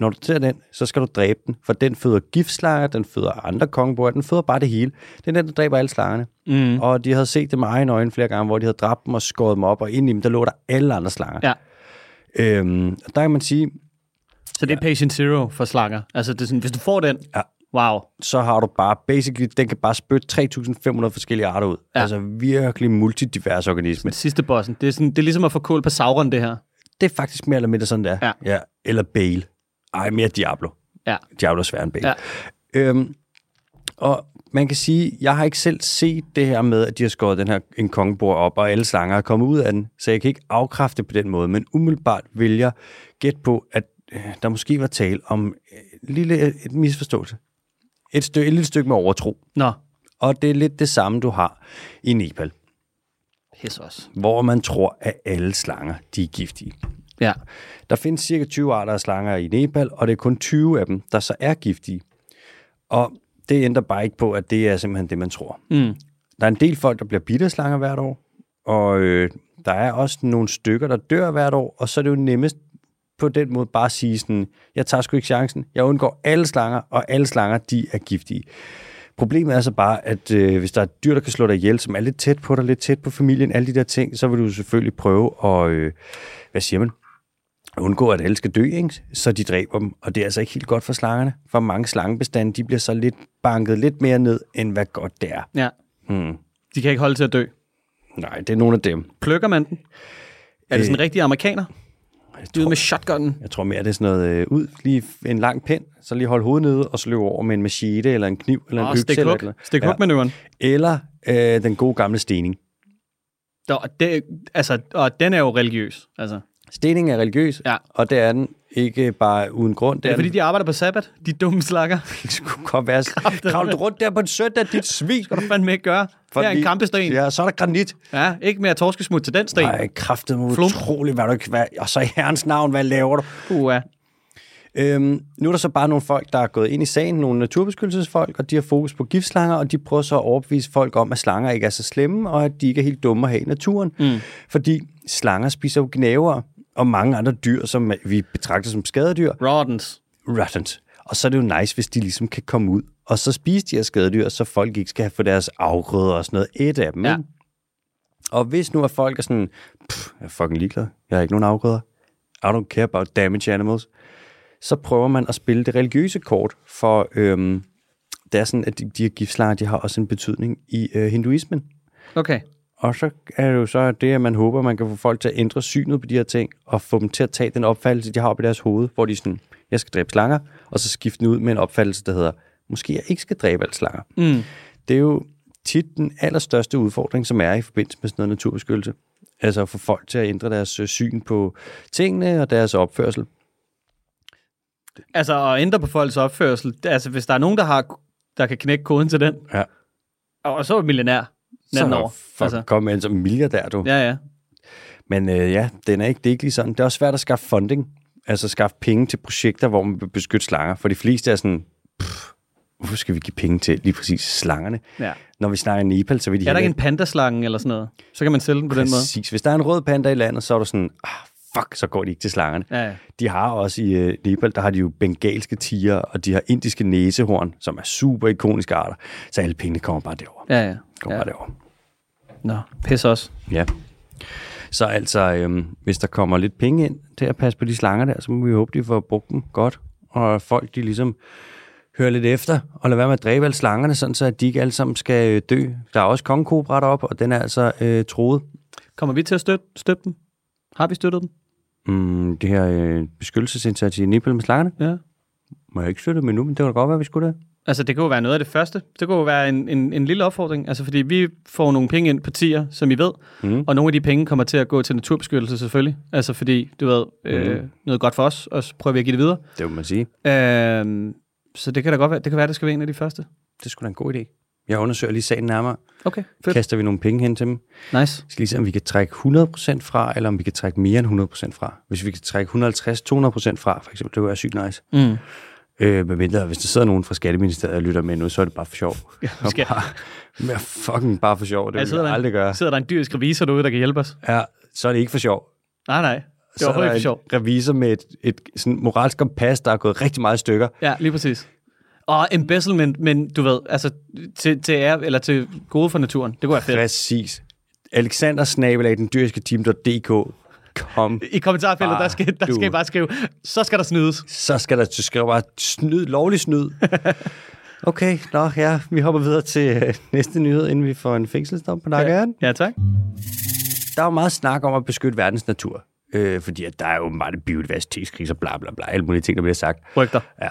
når du ser den, så skal du dræbe den, for den føder giftslanger, den føder andre kongeboer, den føder bare det hele. Det er den, der dræber alle slangerne. Og de havde set det med egen øjne flere gange, hvor de havde dræbt dem og skåret dem op, og ind i dem, der lå der alle andre slanger. Ja. Der kan man sige... Så det er patient zero for slanger. Altså, det er sådan, hvis du får den, wow. Så har du bare, basically, den kan bare spytte 3.500 forskellige arter ud. Ja. Altså virkelig multidivers organisme. Sidste bossen. Det er ligesom at få kål på Sauron, det her. Det er faktisk mere eller mindre sådan, der. Ja. Eller Bale. Mere Diablo. Ja. Diablo er sværere end Bale. Ja. Og man kan sige, jeg har ikke selv set det her med, at de har skåret en kongebord op, og alle slanger er kommet ud af den, så jeg kan ikke afkræfte på den måde, men umiddelbart vil jeg gætte på, at der måske var tale om et misforståelse. Et lille stykke med overtro. Nå. Og det er lidt det samme, du har i Nepal. Pis også. Hvor man tror, at alle slanger, de er giftige. Ja. Der findes cirka 20 arter af slanger i Nepal, og det er kun 20 af dem, der så er giftige. Og det ændrer bare ikke på, at det er simpelthen det, man tror. Der er en del folk, der bliver bidt af slanger hvert år, og der er også nogle stykker, der dør hvert år, og så er det jo nemmest på den måde bare at sige sådan, jeg tager sgu ikke chancen, jeg undgår alle slanger, og alle slanger, de er giftige. Problemet er så bare, at hvis der er et dyr, der kan slå dig ihjel, som er lidt tæt på dig, lidt tæt på familien, alle de der ting, så vil du selvfølgelig prøve at, undgå, at alle skal dø, ikke? Så de dræber dem, og det er altså ikke helt godt for slangerne, for mange slangebestande, de bliver så lidt banket lidt mere ned, end hvad godt det er. Ja. De kan ikke holde til at dø. Nej, det er nogle af dem. Plukker man den? Er det sådan en rigtig amerikaner? Ud med shotgunnen. Jeg tror mere, det er sådan noget ud, lige en lang pind, så lige holde hovedet nede, og så løbe over med en machete, eller en kniv, eller en økse. Stik hug-manøvren. Eller den gode gamle stening. Og den er jo religiøs. Altså. Stening er religiøs, og det er den ikke bare uden grund. Det er fordi, de arbejder på sabbat, de dumme slakker. Det skulle godt være. Kravl rundt der på en søndag, dit svin. Skal du fandme ikke gøre. Her er en kampesten. Ja, så er der granit. Ja, ikke mere torskesmut til den sten. Nej, kraftedeme utroligt, hvad du ikke hvad. Og så i herrens navn, hvad laver du? Nu er der så bare nogle folk, der er gået ind i sagen, nogle naturbeskyttelsesfolk, og de har fokus på giftslanger, og de prøver så at overbevise folk om, at slanger ikke er så slemme, og at de ikke er helt dumme at have i naturen. Fordi slanger spiser jo gnavere, og mange andre dyr, som vi betragter som skadedyr. Rodents. Og så er det jo nice, hvis de ligesom kan komme ud, og så spise de her skadedyr, så folk ikke skal få deres afgrøder og sådan noget. Et af dem, ikke? Og hvis nu er folk er sådan, jeg er fucking ligeglad, jeg har ikke nogen afgrøder. I don't care about damage animals. Så prøver man at spille det religiøse kort, for det er sådan, at de her giftslanger, de har også en betydning i hinduismen. Okay. Og så er det jo så det, at man håber, man kan få folk til at ændre synet på de her ting, og få dem til at tage den opfattelse, de har oppe i deres hoved, hvor de sådan, jeg skal dræbe slanger, og så skifte den ud med en opfattelse, der hedder, måske jeg ikke skal dræbe alle slanger. Det er jo tit den allerstørste udfordring, som er i forbindelse med sådan noget naturbeskyttelse. Altså at få folk til at ændre deres syn på tingene og deres opførsel. Altså at ændre på folks opførsel, altså hvis der er nogen, der kan knække koden til den, og så er millionær. Så kom man som milliardær, du. Ja. Men det er ikke lige sådan. Det er også svært at skaffe funding, altså skaffe penge til projekter, hvor man vil beskytte slanger. For de fleste er sådan, hvorfor skal vi give penge til lige præcis slangerne? Ja. Når vi snakker Nepal, så vil de... Er der ikke en pandaslange eller sådan noget? Så kan man sælge den på den måde. Præcis. Hvis der er en rød panda i landet, så er du sådan, så går de ikke til slangerne. Ja. De har også i Nepal, der har de jo bengalske tiger, og de har indiske næsehorn, som er super ikoniske arter. Så alle pengene kommer bare derover. Ja. Bare derover. Nå, pis også. Ja. Så altså, hvis der kommer lidt penge ind til at passe på de slanger der, så må vi håbe, de får brugt dem godt. Og folk, de ligesom hører lidt efter, og lader være med at dræbe alle slangerne, sådan så at de ikke alle sammen skal dø. Der er også kongekobra deroppe, og den er altså truet. Kommer vi til at støtte dem? Har vi støttet dem? Det her beskyttelsesindsats i Nepal med slangerne? Ja. Må jeg ikke støtte dem endnu, men det var da godt være, vi skulle det. Altså, det kunne jo være noget af det første. Det kunne jo være en lille opfordring. Altså, fordi vi får nogle penge ind på tier, som I ved, og nogle af de penge kommer til at gå til naturbeskyttelse, selvfølgelig. Altså, fordi, du ved, noget godt for os, og så prøver vi at give det videre. Det må man sige. Så det kan da godt være, det kan være, det skal være en af de første. Det skulle da en god idé. Jeg undersøger lige sagen nærmere. Okay, fedt. Kaster vi nogle penge hen til dem. Nice. Skal lige se, om vi kan trække 100% fra, eller om vi kan trække mere end 100% fra. Hvis vi kan trække 150-200% fra, for eksempel, det kunne være sygt nice. Hvis der sidder nogen fra Skatteministeriet og lytter med nu, så er det bare for sjov. Ja, bare for sjov. Det vil jeg aldrig gøre. Sidder der en dyrisk revisor derude, der kan hjælpe os? Ja, så er det ikke for sjov. Nej. Det var en sjovt. revisor med et sådan moralsk kompas, der er gået rigtig meget i stykker. Ja, lige præcis. Og embezzlement, men du ved, altså til ære, eller til gode for naturen. Det kunne være fedt. Præcis. Alexander Snabelag, den dyriske team.dk. Kom. I kommentarfeltet, der skal I bare skrive, så skal der snydes. Så skal der skrive bare snyd, lovlig snyd. Okay, vi hopper videre til næste nyhed, inden vi får en fængselsdom på nakken. Ja, tak. Der er jo meget snak om at beskytte verdens natur. Fordi at der er jo meget biodiversitetskrise og bla bla bla, alle mulige ting, der bliver sagt. Rygter. Ja.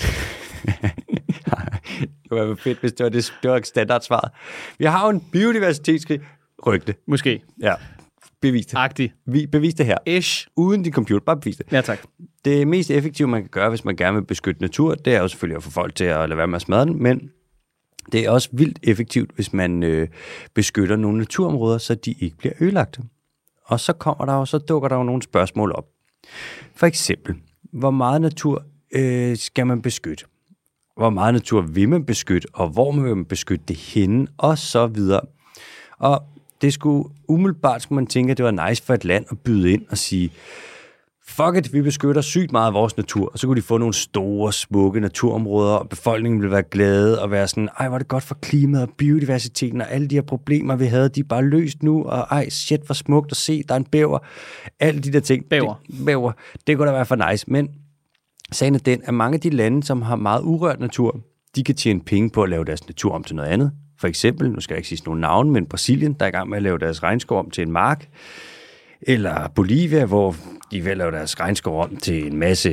Det var fedt, hvis det var standardsvaret. Vi har jo en biodiversitetskrise. Rygte. Måske. Ja. Bevis det. Agtig. Bevis det her. Ish. Uden din computer. Bare bevis det. Ja, tak. Det mest effektive, man kan gøre, hvis man gerne vil beskytte natur, det er jo selvfølgelig at få folk til at lade være med at smadre den, men det er også vildt effektivt, hvis man beskytter nogle naturområder, så de ikke bliver ødelagte. Og så dukker der jo nogle spørgsmål op. For eksempel, hvor meget natur skal man beskytte? Hvor meget natur vil man beskytte, og hvor vil man beskytte det henne, og så videre. Og det skulle man tænke, at det var nice for et land at byde ind og sige, fuck it, vi beskytter sygt meget af vores natur, og så kunne de få nogle store, smukke naturområder, og befolkningen ville være glade og være sådan, ej, hvor er det godt for klimaet og biodiversiteten, og alle de her problemer, vi havde, de er bare løst nu, og ej, shit, hvor smukt at se, der er en bæver, alle de der ting. Bæver. Det kunne da være for nice, men sagen er den, at mange af de lande, som har meget urørt natur, de kan tjene penge på at lave deres natur om til noget andet. For eksempel, nu skal jeg ikke sige nogen navn, men Brasilien, der er i gang med at lave deres regnskov om til en mark. Eller Bolivia, hvor de vil lave deres regnskov om til en masse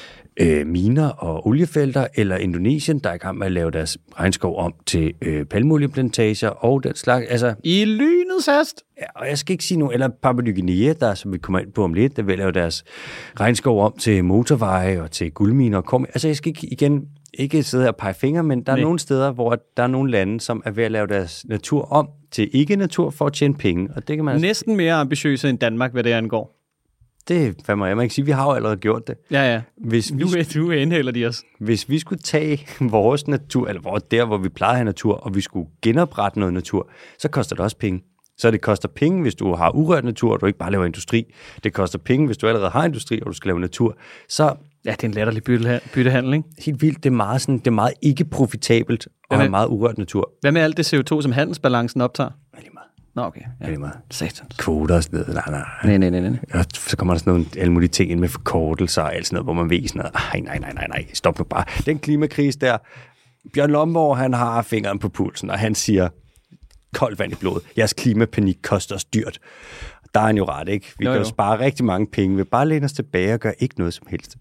miner og oliefelter. Eller Indonesien, der er i gang med at lave deres regnskov om til palmeolieplantager og den slags. Altså, i lynets hast. Ja, og jeg skal ikke sige nogen. Eller Papua Ny Guinea, der, som vi kommer ind på om lidt, der vil lave deres regnskov om til motorveje og til guldminer. Altså, jeg skal ikke sidde her og pege fingre, men der er nogle steder, hvor der er nogle lande, som er ved at lave deres natur om til ikke-natur for at tjene penge. Og det kan man næsten mere ambitiøse end Danmark, hvad det angår. Det fandme jeg må ikke sige. Vi har jo allerede gjort det. Ja. Nu indhælder de os. Hvis vi skulle tage vores natur, eller der, hvor vi plejer at have natur, og vi skulle genoprette noget natur, så koster det også penge. Så det koster penge, hvis du har urørt natur, og du ikke bare laver industri. Det koster penge, hvis du allerede har industri, og du skal lave natur. Så ja, det er en latterlig byttehandel, ikke? Helt vildt. Det er meget ikke profitabelt at have meget urørt natur. Hvad med alt det CO2, som handelsbalancen optager? Lige meget. Nå, okay. Ja. Lige meget. Satans. Kvoter og sådan noget. Nej. Og så kommer der sådan nogle alle mulige ting ind med forkortelser og alt sådan noget, hvor man ved sådan noget. Nej. Stop nu bare. Den klimakrise der. Bjørn Lomborg, han har fingeren på pulsen, og han siger, koldt vand i blodet. Jeres klimapanik koster os dyrt. Der er han jo ret, ikke? Vi kan jo spare rigtig mange penge ved bare at læne os tilbage og gøre ikke noget som helst.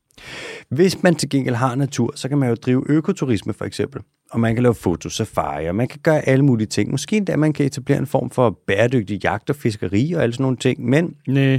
Hvis man til gengæld har natur, så kan man jo drive økoturisme for eksempel. Og man kan lave fotosafari, og man kan gøre alle mulige ting. Måske endda man kan etablere en form for bæredygtig jagt og fiskeri og alle sådan nogle ting. Men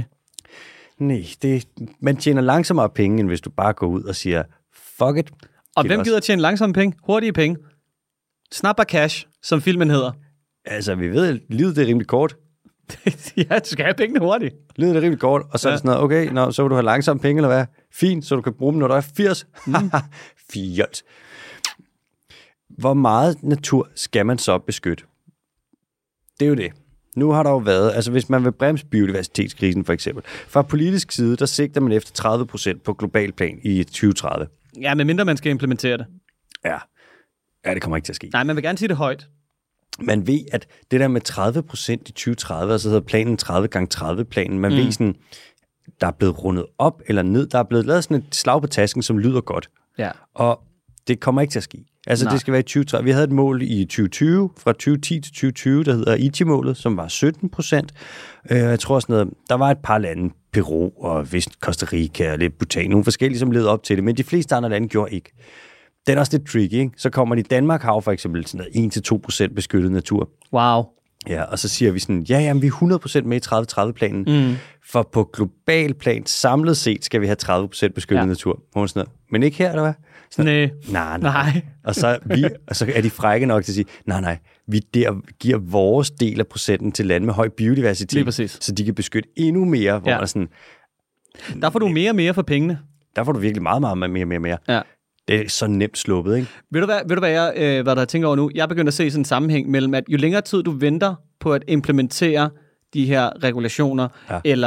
man tjener langsommere penge, end hvis du bare går ud og siger, fuck it. Og hvem gider tjene langsomme penge? Hurtige penge. Snap og cash, som filmen hedder. Altså, vi ved, livet det er rimelig kort. Ja, du skal have pengene hurtigt. Livet er rimelig kort, og så er det sådan noget, okay, så vil du have langsomme penge, eller hvad? Fint, så du kan bruge dem, når du er 80. 80. Hvor meget natur skal man så beskytte? Det er jo det. Nu har der jo været, altså hvis man vil bremse biodiversitetskrisen for eksempel, fra politisk side, der sigter man efter 30% på global plan i 2030. Ja, medmindre man skal implementere det. Ja, det kommer ikke til at ske. Nej, man vil gerne sige det højt. Man ved, at det der med 30% i 2030, altså hedder planen 30x30-planen, man ved sådan, der er blevet rundet op eller ned, der er blevet lavet sådan et slag på tasken, som lyder godt. Ja. Og det kommer ikke til at ske. Altså, det skal være i 2030. Vi havde et mål i 2020, fra 2010 til 2020, der hedder Aichi-målet, som var 17%. Jeg tror sådan noget, der var et par lande, Peru og vist Costa Rica og lidt Bhutan, nogle forskellige, som levede op til det, men de fleste andre lande gjorde ikke. Det er også lidt tricky, ikke? Så kommer de i Danmark, har for eksempel sådan noget 1-2% beskyttet natur. Wow. Ja, og så siger vi sådan, jamen, vi er 100% med i 30-30-planen, for på global plan samlet set skal vi have 30% beskyttet natur. Men ikke her, eller hvad? Nej. Og så er de frække nok til at sige, nej, vi giver vores del af procenten til lande med høj biodiversitet, så de kan beskytte endnu mere, hvor man er sådan... Der får du mere og mere for pengene. Der får du virkelig meget mere. Ja. Det er så nemt sluppet, ikke? Ved du hvad jeg der tænker over nu? Jeg begynder at se sådan en sammenhæng mellem, at jo længere tid du venter på at implementere de her regulationer, eller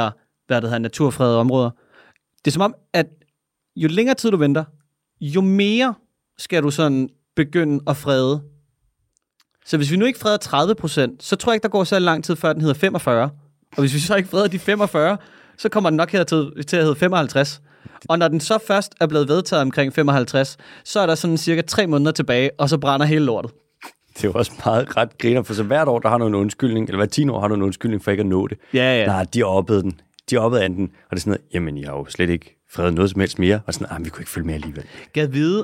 naturfredede områder. Det er som om, at jo længere tid du venter, jo mere skal du sådan begynde at frede. Så hvis vi nu ikke freder 30%, så tror jeg ikke, der går så lang tid, før den hedder 45. Og hvis vi så ikke freder de 45, så kommer den nok til at hedde 55. Og når den så først er blevet vedtaget omkring 55, så er der sådan cirka 3 måneder tilbage, og så brænder hele lortet. Det er jo også meget ret griner, for så hvert år, der har du en undskyldning, eller hver 10 år har du en undskyldning for ikke at nå det. Ja. Nej, de oppede den. De oppede anden, og det er sådan noget, jamen, jeg har jo slet ikke fredet noget som helst mere, og sådan, vi kunne ikke følge med alligevel. Gad vide,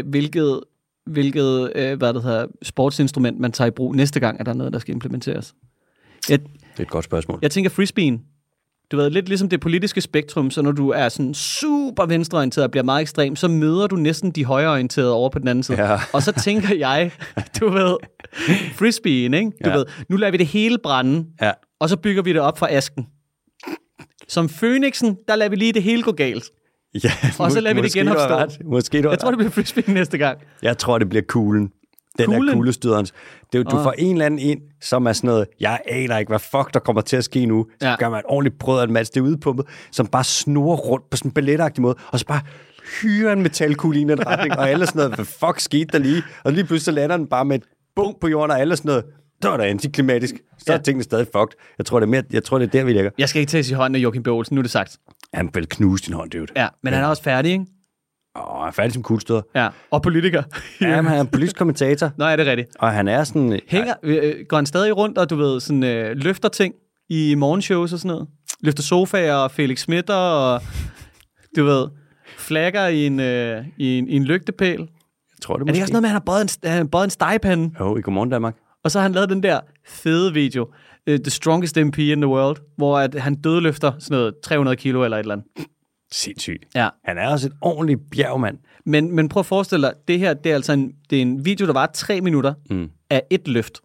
hvilket sportsinstrument man tager i brug næste gang, at der er noget, der skal implementeres. Det er et godt spørgsmål. Jeg tænker frisbeen. Du ved, lidt ligesom det politiske spektrum, så når du er sådan super venstreorienteret og bliver meget ekstrem, så møder du næsten de højreorienterede over på den anden side. Ja. Og så tænker jeg, du ved, frisbeen, ikke? Du ved, nu lader vi det hele brænde, og så bygger vi det op fra asken. Som Fønixen, der lader vi lige det hele gå galt. Ja, og så lader vi det genopstå. Jeg tror, det bliver frisbeen næste gang. Jeg tror, det bliver kuglen. Den er kuglestøderens. Du får en eller anden ind, som er sådan noget, jeg aner ikke, hvad fuck der kommer til at ske nu. Så gør man et ordentligt brød af en match, det er udpumpet, som bare snurrer rundt på sådan en balletagtig måde, og så bare hyrer en metalkugle i en retning, og alle sådan noget, hvad fuck skete der lige? Og lige pludselig lander den bare med et bunk på jorden, og alle sådan noget, der var da antiklimatisk. Så er tingene stadig fucked. Jeg tror, det er der, vi ligger. Jeg skal ikke tages i hånden af Joachim B. Olsen, nu er det sagt. Han vil knuse din hånd, dude. Ja, men han er også færdig, ikke? Han er færdig som kuglestøder. Ja, og politiker. Ja, men han er en politisk kommentator. Nå, er det rigtigt. Og han er sådan... Går han stadig rundt, og du ved, sådan løfter ting i morgenshows og sådan noget? Løfter sofaer og Felix Smitter, og du ved, flagger i en lygtepæl. Jeg tror det måske. Er det også noget med, at han har bøjet en stegepande? Jo, i Godmorgen Danmark. Og så har han lavet den der fede video, The Strongest MP in the World, hvor at han dødløfter sådan noget 300 kilo eller et eller andet. Sindssygt. Ja. Han er også et ordentligt bjergmand. Men prøv at forestille dig, det her, det er altså en video, der var 3 minutter af et løft.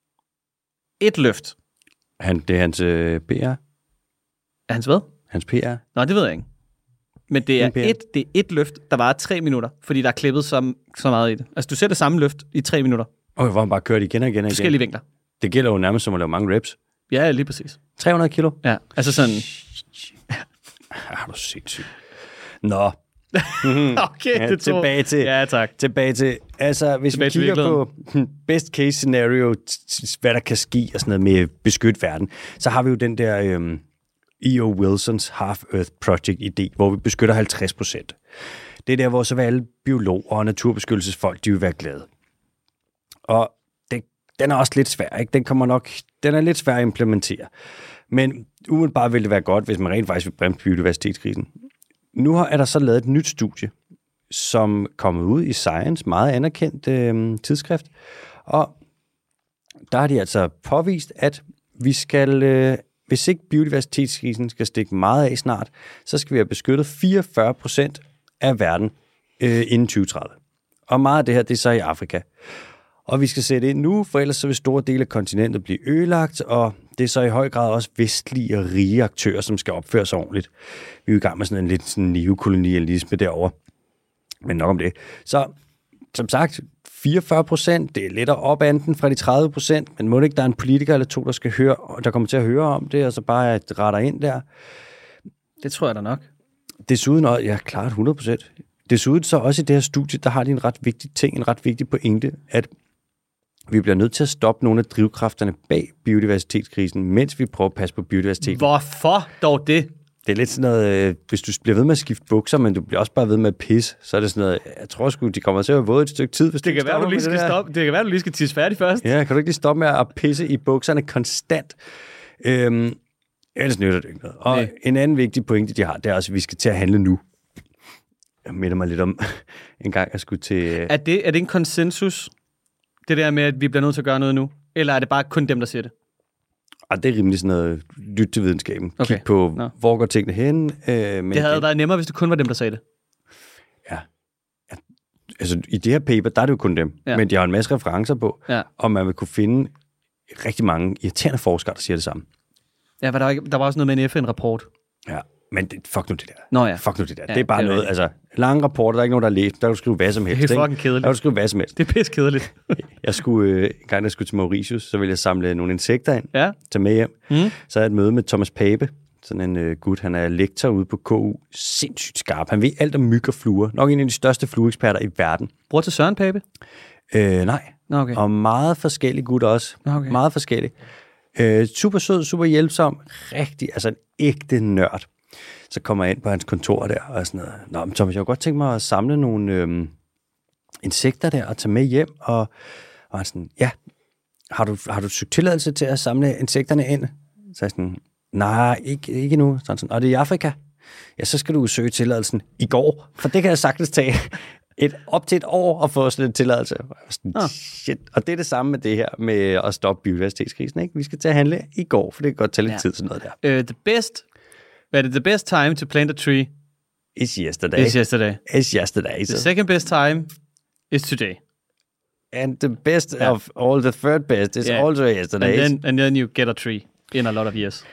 Et løft. Det er hans PR? Er hans hvad? Hans PR? Nå, det ved jeg ikke. Men det er et løft, der var 3 minutter, fordi der er klippet så meget i det. Altså, du ser det samme løft i 3 minutter. Okay, hvor han bare kører det igen og igen og igen. Forskellige vinkler. Det gælder jo nærmest som at lave mange reps. Ja, lige præcis. 300 kilo? Ja, altså sådan... Er du sindssygt. Nå. Okay, det tilbage til... Ja, tak. Tilbage til... Altså, hvis vi kigger på best case scenario, hvad der kan ske og sådan noget med beskytte verden, så har vi jo den der E.O. Wilsons Half-Earth Project-idé, hvor vi beskytter 50%. Det er der, hvor så vil alle biologer og naturbeskyttelsesfolk, de vil være glade. Og den er også lidt svær, ikke? Den er lidt svær at implementere. Men umiddelbart vil det være godt, hvis man rent faktisk vil bremse biodiversitetskrisen. Nu er der så lavet et nyt studie, som kommet ud i Science, meget anerkendt tidsskrift. Og der har de altså påvist, at vi skal, hvis ikke biodiversitetskrisen skal stikke meget af snart, så skal vi have beskyttet 44% af verden inden 2030. Og meget af det her, det er så i Afrika. Og vi skal sætte ind nu, for ellers så vil store dele af kontinentet blive ødelagt, og det er så i høj grad også vestlige og rige aktører, som skal opføre sig ordentligt. Vi er jo i gang med sådan en lidt sådan neokolonialisme derovre. Men nok om det. Så som sagt, 44%, det er lidt op anden fra de 30%, men må det ikke, der er en politiker eller to, der kommer til at høre om det, og så bare retter ind der? Det tror jeg da nok. Desuden, ja, klart 100%. Desuden så også i det her studie, der har de en ret vigtig ting, en ret vigtig pointe, at vi bliver nødt til at stoppe nogle af drivkræfterne bag biodiversitetskrisen, mens vi prøver at passe på biodiversiteten. Hvorfor dog det? Det er lidt sådan noget, hvis du bliver ved med at skifte bukser, men du bliver også bare ved med at pisse, så er det sådan noget, jeg tror sgu, de kommer til at være våde et stykke tid. Hvis det kan være, du lige skal stoppe. Det kan være, du lige skal tisse færdig først. Ja, kan du ikke lige stoppe med at pisse i bukserne konstant? Ellers nytter det ikke noget. Og en anden vigtig pointe, de har, det er også, at vi skal til at handle nu. Jeg minder mig lidt om, en gang jeg skulle til... Er det en konsensus, det der med, at vi bliver nødt til at gøre noget nu? Eller er det bare kun dem, der siger det? Og det er rimelig sådan noget, lyt til videnskaben. Okay. Kig på, hvor går tingene hen. Men det havde været nemmere, hvis det kun var dem, der sagde det. Ja. Altså, i det her paper, der er det jo kun dem. Ja. Men de har en masse referencer på, og man vil kunne finde rigtig mange irriterende forskere, der siger det samme. Ja, der var også noget med en FN-rapport. Ja. Men fuck nu det der. Nå ja. Fuck nu det der. Ja, det er bare noget, altså, lange rapporter, der er ikke nogen, der har læst. Der kan du skrive hvad som helst. Det er fucking kedeligt. Der kan du skrive hvad som helst. Det er pisse kedeligt. En gang, jeg skulle til Mauritius, så ville jeg samle nogle insekter ind, tage med hjem. Så havde jeg et møde med Thomas Pape, Sådan en gut, han er lektor ude på KU. Sindssygt skarp. Han ved alt om myg og fluer. Nok en af de største flueeksperter i verden. Bror til Søren Pape? Nej. Okay. Og meget forskellig gut også. Okay. Meget forskellig. Super sød, super hjælpsom. Rigtig, altså en ægte nørd. Så kommer jeg ind på hans kontor der, og sådan noget. Nå, men Thomas, jeg kunne godt tænke mig at samle nogle insekter der, og tage med hjem, og han sådan, ja, har du søgt tilladelse til at samle insekterne ind? Så jeg sådan, nej, ikke nu. Så han sådan, og det er i Afrika? Ja, så skal du søge tilladelsen i går, for det kan jeg sagtens tage op til et år at få sådan en tilladelse. Sådan, shit. Og det er det samme med det her med at stoppe biodiversitetskrisen, ikke? Vi skal til at handle i går, for det kan godt tage lidt tid sådan noget der. The best time to plant a tree is yesterday. Is yesterday. The second best time is today. And the best of all, the third best is also yesterday. And then you get a tree in a lot of years.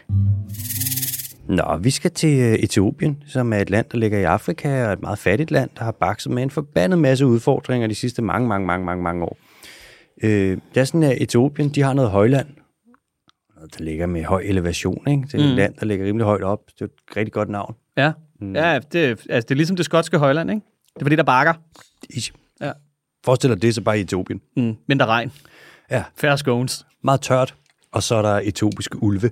Nå, vi skal til Etiopien, som er et land, der ligger i Afrika, og et meget fattigt land, der har bakset med en forbandet masse udfordringer de sidste mange år. Det er sådan, at Etiopien, de har noget højland, der ligger med høj elevation, ikke? Det er et land, der ligger rimelig højt op. Det er et rigtig godt navn. Ja, det er ligesom det skotske højland, ikke? Det er fordi, der bakker. Ja. Forestil dig det så bare i Etiopien. Mindre regn. Ja. Færre scones. Meget tørt. Og så er der etiopiske ulve.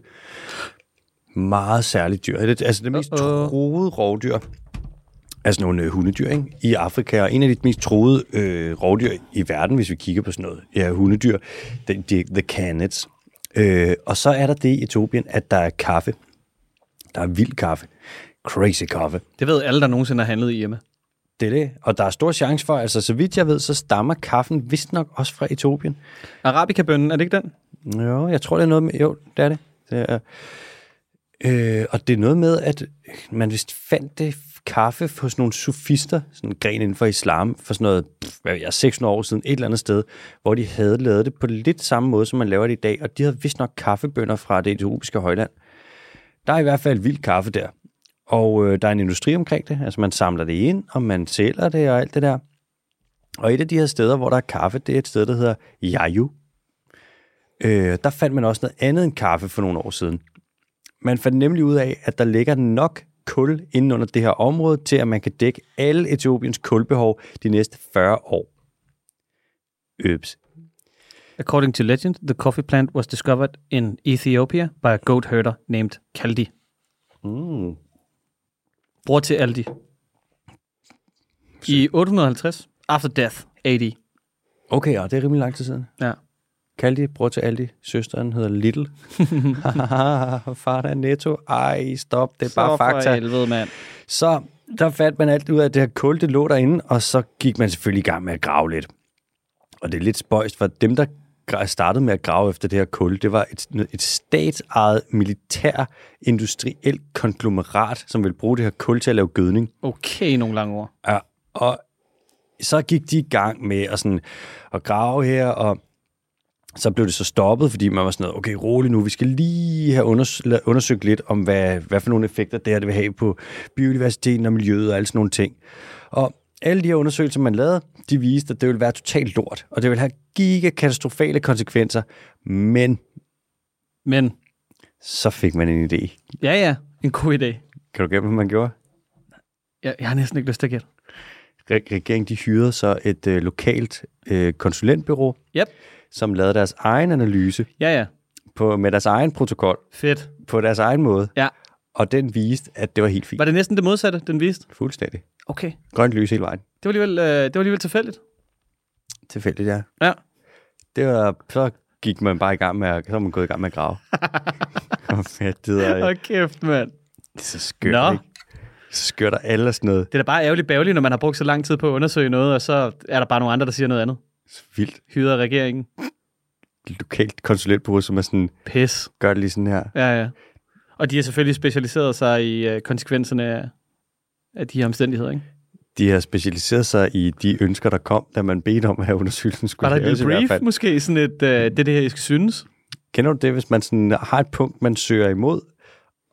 Meget særligt dyr. Altså det mest troede rovdyr. Altså nogle hundedyr, ikke? I Afrika. Og en af de mest troede rovdyr i verden, hvis vi kigger på sådan noget. Ja, hundedyr. The canids. Og så er der det i Etiopien, at der er kaffe. Der er vild kaffe. Crazy kaffe. Det ved alle, der nogensinde har handlet i hjemme. Det er det. Og der er stor chance for, altså så vidt jeg ved, så stammer kaffen vist nok også fra Etiopien. Arabica-bønnen, er det ikke den? Jo, jeg tror, det er noget med... Jo, det er det. Det er, og det er noget med, at man vist fandt det kaffe hos nogle sufister, sådan en gren inden for islam, for sådan noget, 600 år siden, et eller andet sted, hvor de havde lavet det på lidt samme måde, som man laver det i dag, og de havde vist nok kaffebønner fra det etiopiske højland. Der er i hvert fald vild kaffe der, og der er en industri omkring det, altså man samler det ind, og man sælger det og alt det der. Og et af de her steder, hvor der er kaffe, det er et sted, der hedder Yayu. Der fandt man også noget andet end kaffe for nogle år siden. Man fandt nemlig ud af, at der ligger nok kul inde under det her område, til at man kan dække alle Etiopiens kulbehov de næste 40 år. According to legend, the coffee plant was discovered in Ethiopia by a goat herder named Kaldi. Bror til Aldi. I 850, after death, AD. Okay, og det er rimelig lang tid siden. Ja. Kaldi, bror til Aldi. Søsteren hedder Little. Far der er Netto. Ej, stop. Det er bare fakta. Så for helvede, mand. Så der fandt man alt ud af, at det her kul, det lå derinde, og så gik man selvfølgelig i gang med at grave lidt. Og det er lidt spøjst, for dem, der startede med at grave efter det her kul, det var et statsejet militær industrielt konglomerat, som ville bruge det her kul til at lave gødning. Okay, nogle lange ord. Ja, og så gik de i gang med at grave her, og så blev det så stoppet, fordi man var sådan noget, okay, rolig nu, vi skal lige have undersøgt lidt om, hvad for nogle effekter det her det vil have på biodiversiteten og miljøet og alle sådan nogle ting. Og alle de her undersøgelser, man lavede, de viste, at det ville være totalt lort, og det ville have gigakatastrofale konsekvenser, men så fik man en idé. Ja, en god idé. Kan du gætte, hvad man gjorde? Jeg har næsten ikke lyst til at gætte. Regeringen, de hyrede så et lokalt konsulentbureau, som lavede deres egen analyse med deres egen protokol. Fedt. På deres egen måde. Ja. Og den viste, at det var helt fint. Var det næsten det modsatte, den viste? Fuldstændig. Okay. Grønt lys hele vejen. Det var alligevel tilfældigt. Tilfældigt, ja. Ja. Så gik man bare i gang med så man gået i gang med at grave. Hold kæft, mand. Det er så skørt, ikke? Så skørt der alle sådan noget. Det er da bare ærgerligt bævligt, når man har brugt så lang tid på at undersøge noget, og så er der bare nogle andre, der siger noget andet. Vildt. Hyret af regeringen. Lokalt konsulentbureau, som er sådan... Pis. Gør det lige sådan her. Ja. Og de har selvfølgelig specialiseret sig i konsekvenserne af de her omstændigheder, ikke? De har specialiseret sig i de ønsker, der kom, da man bedte om at have undersøgelsen skulle laves. Var der et brief, måske sådan et, det her, I skal synes? Kender du det, hvis man sådan har et punkt, man søger imod,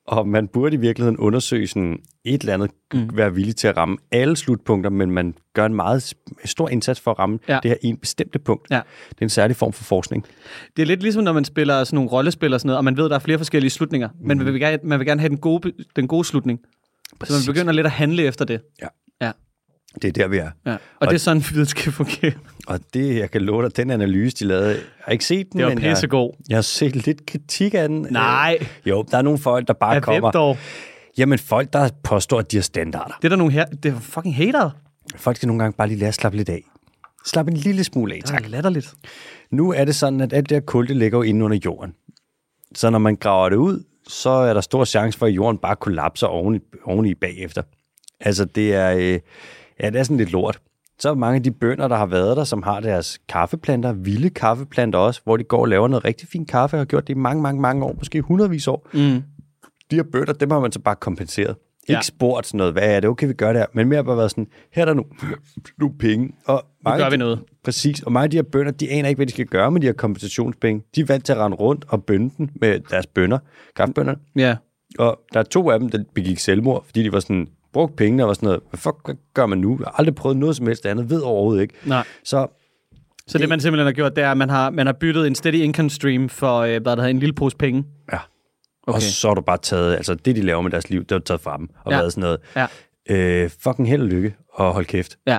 Og man burde i virkeligheden undersøge sådan et eller andet, være villig til at ramme alle slutpunkter, men man gør en meget stor indsats for at ramme det her en bestemte punkt. Ja. Det er en særlig form for forskning. Det er lidt ligesom, når man spiller sådan nogle rollespil og sådan noget, og man ved, der er flere forskellige slutninger, men man vil gerne have den gode slutning. Præcis. Så man begynder lidt at handle efter det. Ja. Det er der, vi er. Ja. Og det er sådan, det skal fungere. Og det, jeg kan love dig, den analyse, de lavede, jeg har ikke set den, det var pissegod. Jeg har set lidt kritik af den. Nej. Jo, der er nogle folk, der bare kommer. Dog? Jamen, folk, der påstår, at de har standarder. Det er der nogle her. Det er fucking hater. Folk skal nogle gange bare lige lære at slappe lidt af. Slap en lille smule af, tak. Det er latterligt. Nu er det sådan, at alt det her kul, det ligger jo inde under jorden. Så når man graver det ud, så er der stor chance for, at jorden bare kollapser oveni bagefter. Altså, det er sådan lidt lort. Så er mange af de bønder, der har været der, som har deres kaffeplanter, vilde kaffeplanter også, hvor de går og laver noget rigtig fint kaffe, og har gjort det i mange år, måske hundredvis år. De her bønder, dem har man så bare kompenseret. Ikke spurgt sådan noget, hvad er det, okay, vi gør det her, men mere bare været sådan, her er der nu penge. Og nu gør vi noget. Præcis, og mange af de her bønder, de aner ikke, hvad de skal gøre med de her kompensationspenge. De er vant til at rende rundt og bønne den med deres bønder, kaffebønderne. Ja. Og der er 2 af dem, der begik selvmord, fordi de var sådan, brugt pengene og var sådan noget, hvad gør man nu? Jeg har aldrig prøvet noget som helst andet, ved overhovedet ikke. Nej. Så det man simpelthen har gjort, det er, at man har byttet en steady income stream for, hvad der hedder, en lille pose penge. Ja. Okay. Og så har du bare taget, altså det, de laver med deres liv, det har du taget fra dem, og været sådan noget, fucking held og lykke, og hold kæft. Ja.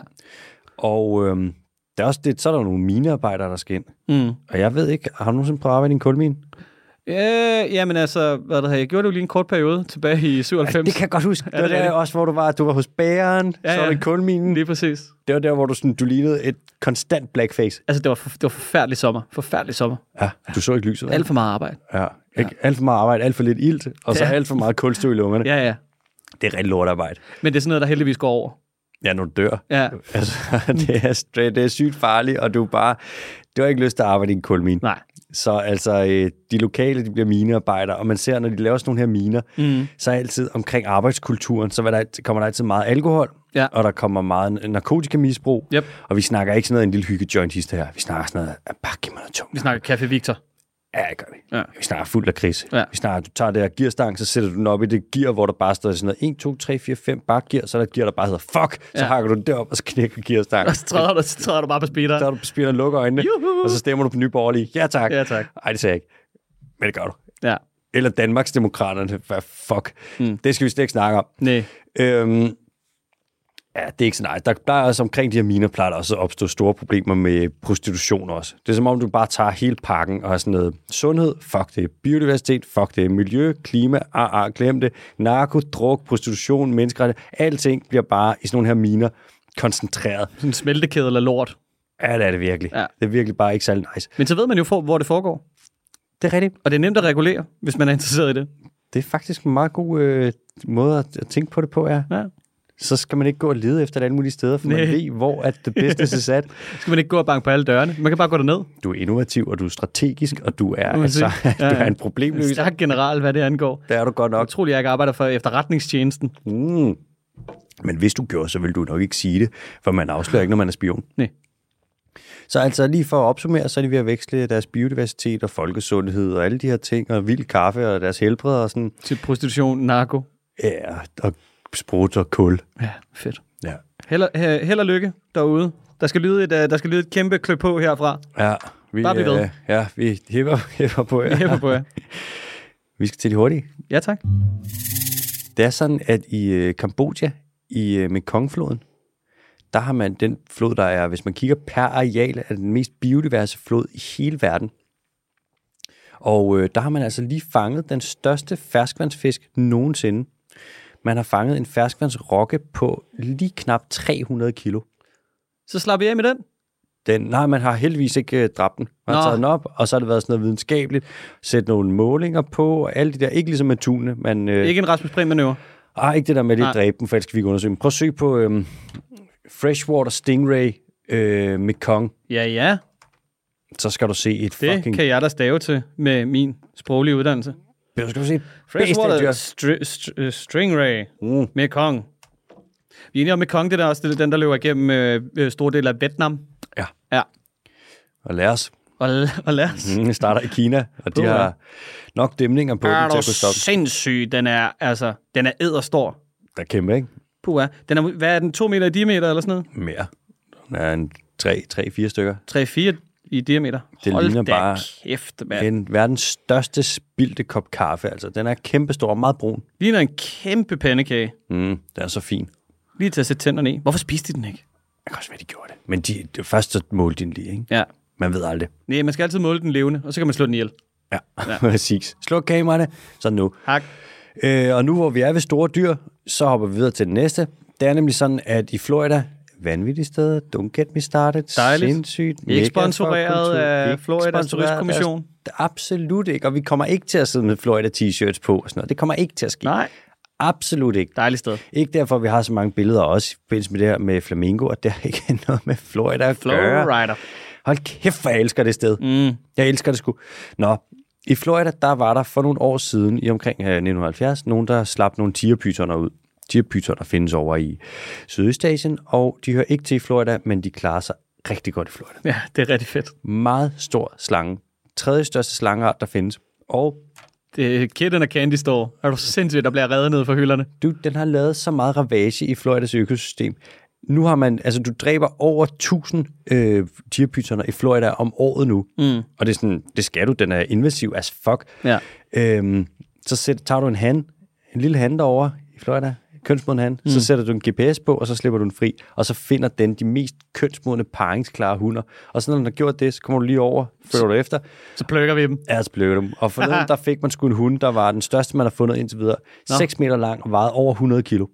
Og der er også det, så er der nogle minearbejdere, der skal ind. Og jeg ved ikke, har du nogensinde prøvet at arbejde i en kulmine? Jamen altså, jeg gjorde det jo lige en kort periode tilbage i 97. Altså, det kan jeg godt huske. Det var der også, hvor du var hos bageren, så var det kulminen. Lige præcis. Det var der, hvor du lignede et konstant blackface. Altså, det var forfærdelig sommer. Ja, du så ikke lyset. Alt for meget arbejde. Ja, alt for meget arbejde, alt for lidt ilt, og så alt for meget kulstøv i lungerne. Ja. Det er rigtig lortarbejde. Men det er sådan noget, der heldigvis går over. Ja, når du dør. Ja. Altså, det er sygt farligt, og du har ikke lyst til at arbejde i en kulmine. Nej. Så altså, de lokale, de bliver minearbejdere, og man ser, når de laver sådan nogle her miner, så er altid omkring arbejdskulturen, så kommer der altid meget alkohol, og der kommer meget narkotikamisbrug, og vi snakker ikke sådan noget en lille hyggejoint-hister her. Vi snakker sådan noget, bare giv mig noget tungt. Vi snakker Café Victor. Ja, det gør vi. Ja. Vi snakker fuld af kris. Ja. Vi snakker, du tager det her gearstang, så sætter du den op i det gear, hvor der bare står sådan noget 1, 2, 3, 4, 5 bare gear, så er der gear, der bare hedder fuck, så hakker du den derop, og så knækker gearstangen. Og så træder du bare på speederen. Så træder du på speederen, lukker øjnene, og så stemmer du på Nye Borgerlige. Ja tak. Ja tak. Ej, det sagde jeg ikke. Men det gør du. Ja. Eller Danmarksdemokraterne. Hvad fuck. Det skal vi slet ikke snakke om. Nej. Ja, det er ikke så nice. Der plejer også omkring de her miner, plejer der også at opstå store problemer med prostitution også. Det er som om, du bare tager hele pakken og har sådan noget sundhed, fuck det, biodiversitet, fuck det, miljø, klima, glem det, narko, druk, prostitution, menneskerettighed, alting bliver bare i sådan nogle her miner koncentreret. Sådan en smeltekæde eller lort. Ja, det er det virkelig. Ja. Det er virkelig bare ikke særlig nice. Men så ved man jo, hvor det foregår. Det er rigtigt. Og det er nemt at regulere, hvis man er interesseret i det. Det er faktisk en meget god måde at tænke på det på, ja. Så skal man ikke gå og lede efter alle mulige steder, for man ved, hvor at det bedste er sat. Skal man ikke gå og banke på alle dørene. Man kan bare gå derned. Du er innovativ, og du er strategisk, og du er, du er en problemløser. Stærk general, hvad det angår. Det er du godt nok. Jeg tror, jeg ikke arbejder for efterretningstjenesten. Men hvis du gjorde, så vil du nok ikke sige det, for man afslører ikke, når man er spion. Nej. Så altså lige for at opsummere, så er de ved at veksle deres biodiversitet og folkesundhed og alle de her ting, og vild kaffe og deres helbred og sådan. Til prostitution, narko. Ja, og sprut og kul. Ja, fedt. Ja. Held og lykke derude. Der skal lyde et kæmpe klø på herfra. Ja, vi hæpper på. Ja. Vi hæpper på, ja. Vi skal til de hurtige. Ja, tak. Det er sådan, at i Kambodja, i Mekongfloden, der har man den flod, der er, hvis man kigger per areal, er den mest biodiverse flod i hele verden. Og der har man altså lige fanget den største ferskvandsfisk nogensinde. Man har fanget en ferskvandsrokke på lige knap 300 kilo. Så slap jeg af med den? Nej, man har heldigvis ikke dræbt den. Man har taget den op, og så har det været sådan noget videnskabeligt. Sæt nogle målinger på, og alt det der. Ikke ligesom med tunene. Ikke en Rasmus Prehn-manøvre? Ikke det der med det dræbe dem, for ellers skal vi ikke undersøge dem. Prøv at søge på Freshwater Stingray Mekong. Ja. Så skal du se et fucking... Det kan jeg da stave til med min sproglige uddannelse. Så skal du se Freshwater Stingray Mekong. Vi er enige om Mekong, det der også det er den, der løber igennem store dele af Vietnam. Ja. Og lad os Og lad os. Den starter i Kina, og de har nok dæmninger på den til at kunne stoppe. Sindssyg. Den er edderstor. Der er kæmpe, ikke? Puha. Hvad er den? 2 meter i diameter eller sådan noget? Mere. Den er en 3-4 stykker. 3-4 i diameter. Det Hold ligner da bare kæft, mand. en verdens største spildte kop kaffe. Altså, den er kæmpestor og meget brun. Ligner en kæmpe pandekage. Den er så fin. Lige til at sætte tænderne i. Hvorfor spiste de den ikke? Jeg kan også være, de gjorde det. Men det først så målte de den lige, ikke? Ja. Man ved aldrig. Nej, man skal altid måle den levende, og så kan man slå den ihjel. Ja, præcis. Sluk kameraerne, så nu. Hak. Og nu hvor vi er ved store dyr, så hopper vi videre til den næste. Det er nemlig sådan, at i Florida, vanvittigt sted, don't get me started, dejligt. Sindssygt. Ikke sponsoreret af Floridas turistkommission. Absolut ikke, og vi kommer ikke til at sidde med Florida t-shirts på og sådan noget. Det kommer ikke til at ske. Nej. Absolut ikke. Dejligt sted. Ikke derfor, vi har så mange billeder også i forbindelse med det her med flamingo, og det har ikke noget med Florida at gøre. Florida. Hold kæft, hvor jeg elsker det sted. Jeg elsker det sgu. Nå, i Florida, der var der for nogle år siden, i omkring 1970, nogen, der slap nogle tigerpytoner ud. Tigerpytoner findes over i Sydøstasien, og de hører ikke til i Florida, men de klarer sig rigtig godt i Florida. Ja, det er rigtig fedt. Meget stor slange. 3. største slangeart, der findes. Og det er Kitten og Candy Store. Er du så sindssygt, der bliver reddet ned fra hylderne? Den har lavet så meget ravage i Floridas økosystem. Nu har man, altså du dræber over 1000 tigerpytoner i Florida om året nu. Og det er sådan, det skal du, den er invasiv as fuck. Ja. Så tager du en lille han derovre i Florida, kønsmoden han, så sætter du en GPS på, og så slipper du den fri, og så finder den de mest kønsmodne paringsklare hunder. Og så når den har gjort det, så kommer du lige over, følger du efter. Så plukker vi dem. Ja, så plukker dem. Og forleden, der fik man sgu en hund, der var den største, man har fundet indtil videre. 6 meter lang og vejede over 100 kilo.